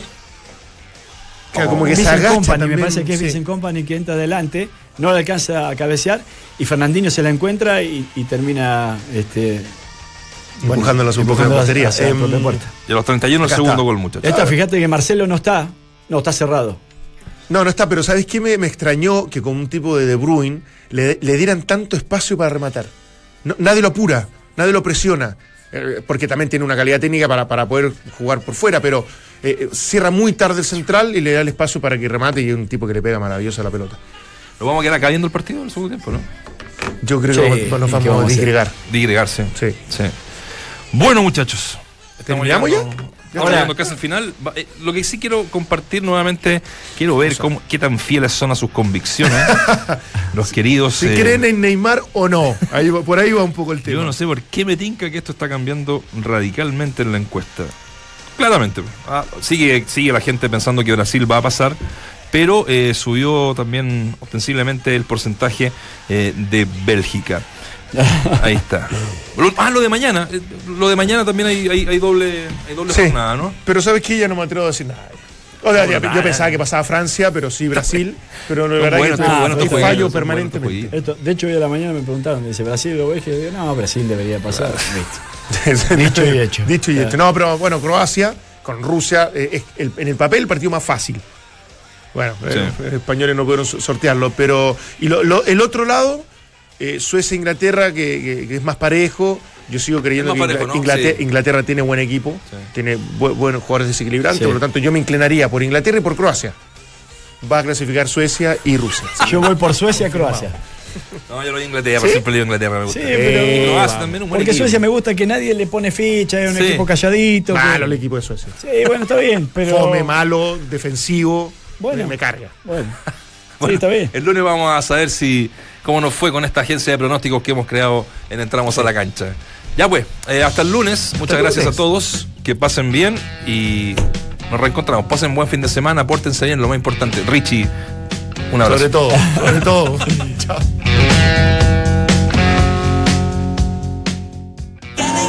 Speaker 4: Como que se
Speaker 3: Vincent
Speaker 4: agacha
Speaker 3: Kompany,
Speaker 4: también,
Speaker 3: me parece que es
Speaker 4: sí.
Speaker 3: Vincent Kompany que entra adelante, no le alcanza a cabecear y Fernandinho se la encuentra y termina
Speaker 4: Empujándola a su propia
Speaker 3: empujándola
Speaker 4: portería.
Speaker 3: hacia la propia puerta.
Speaker 1: Y a los 31 el
Speaker 4: Acá
Speaker 1: segundo
Speaker 4: está.
Speaker 1: gol, muchachos.
Speaker 3: Esta, fíjate que Marcelo no está cerrado.
Speaker 4: No está, pero ¿sabes qué? Me extrañó que con un tipo de Bruyne le dieran tanto espacio para rematar. Nadie lo apura, nadie lo presiona, porque también tiene una calidad técnica para poder jugar por fuera, pero cierra muy tarde el central y le da el espacio para que remate, y es un tipo que le pega maravilloso a la pelota.
Speaker 1: ¿Lo vamos a quedar acá viendo el partido en el segundo tiempo, no?
Speaker 4: Yo creo que nos
Speaker 3: ¿y qué
Speaker 4: vamos a
Speaker 3: vamos a hacer?
Speaker 4: disgregar.
Speaker 1: Digregarse.
Speaker 4: Sí.
Speaker 1: Sí. Bueno, muchachos.
Speaker 4: ¿Terminamos ya?
Speaker 1: Estamos llegando casi al final. Lo que sí quiero compartir nuevamente, quiero ver qué tan fieles son a sus convicciones los queridos.
Speaker 4: Si creen en Neymar o no. Por ahí va un poco el tema.
Speaker 1: Yo no sé por qué me tinca que esto está cambiando radicalmente en la encuesta. Claramente. Sigue la gente pensando que Brasil va a pasar, pero subió también ostensiblemente el porcentaje de Bélgica. Ahí está. Lo de mañana. Lo de mañana también hay doble jornada, ¿no?
Speaker 4: Pero ¿sabes qué? Ya no me atrevo a decir nada. O sea, yo pensaba que pasaba Francia, pero sí Brasil. Pero la verdad que fallo permanentemente.
Speaker 3: De hecho, hoy a la mañana me preguntaron, dice ¿Brasil o Bélgica? Y digo, no, Brasil debería pasar. Listo. Dicho y hecho.
Speaker 4: Dicho y hecho. No, pero bueno, Croacia con Rusia es en el papel el partido más fácil. Bueno, los españoles no pudieron sortearlo, pero el otro lado, Suecia e Inglaterra, que es más parejo. Yo sigo creyendo que Inglaterra tiene buen equipo, tiene buenos jugadores desequilibrantes, por lo tanto yo me inclinaría por Inglaterra y por Croacia. Va a clasificar Suecia y Rusia.
Speaker 3: Yo voy por Suecia, Croacia.
Speaker 1: No, yo lo digo Inglaterra, siempre digo Inglaterra, me gusta.
Speaker 3: Sí, pero
Speaker 1: Croacia también un buen
Speaker 3: porque
Speaker 1: equipo.
Speaker 3: Suecia me gusta que nadie le pone ficha, es un equipo calladito.
Speaker 4: Malo el equipo de Suecia.
Speaker 3: Sí, bueno, está bien, pero...
Speaker 4: Fome, malo, defensivo,
Speaker 3: bueno,
Speaker 4: me carga.
Speaker 3: Bueno, sí, está bien.
Speaker 1: El lunes vamos a saber cómo nos fue con esta agencia de pronósticos que hemos creado en Entramos a la Cancha. Ya pues, hasta el lunes. Muchas gracias a todos. Que pasen bien y nos reencontramos. Pasen buen fin de semana, pórtense bien, lo más importante. Richie, un abrazo.
Speaker 4: Sobre todo. Chao.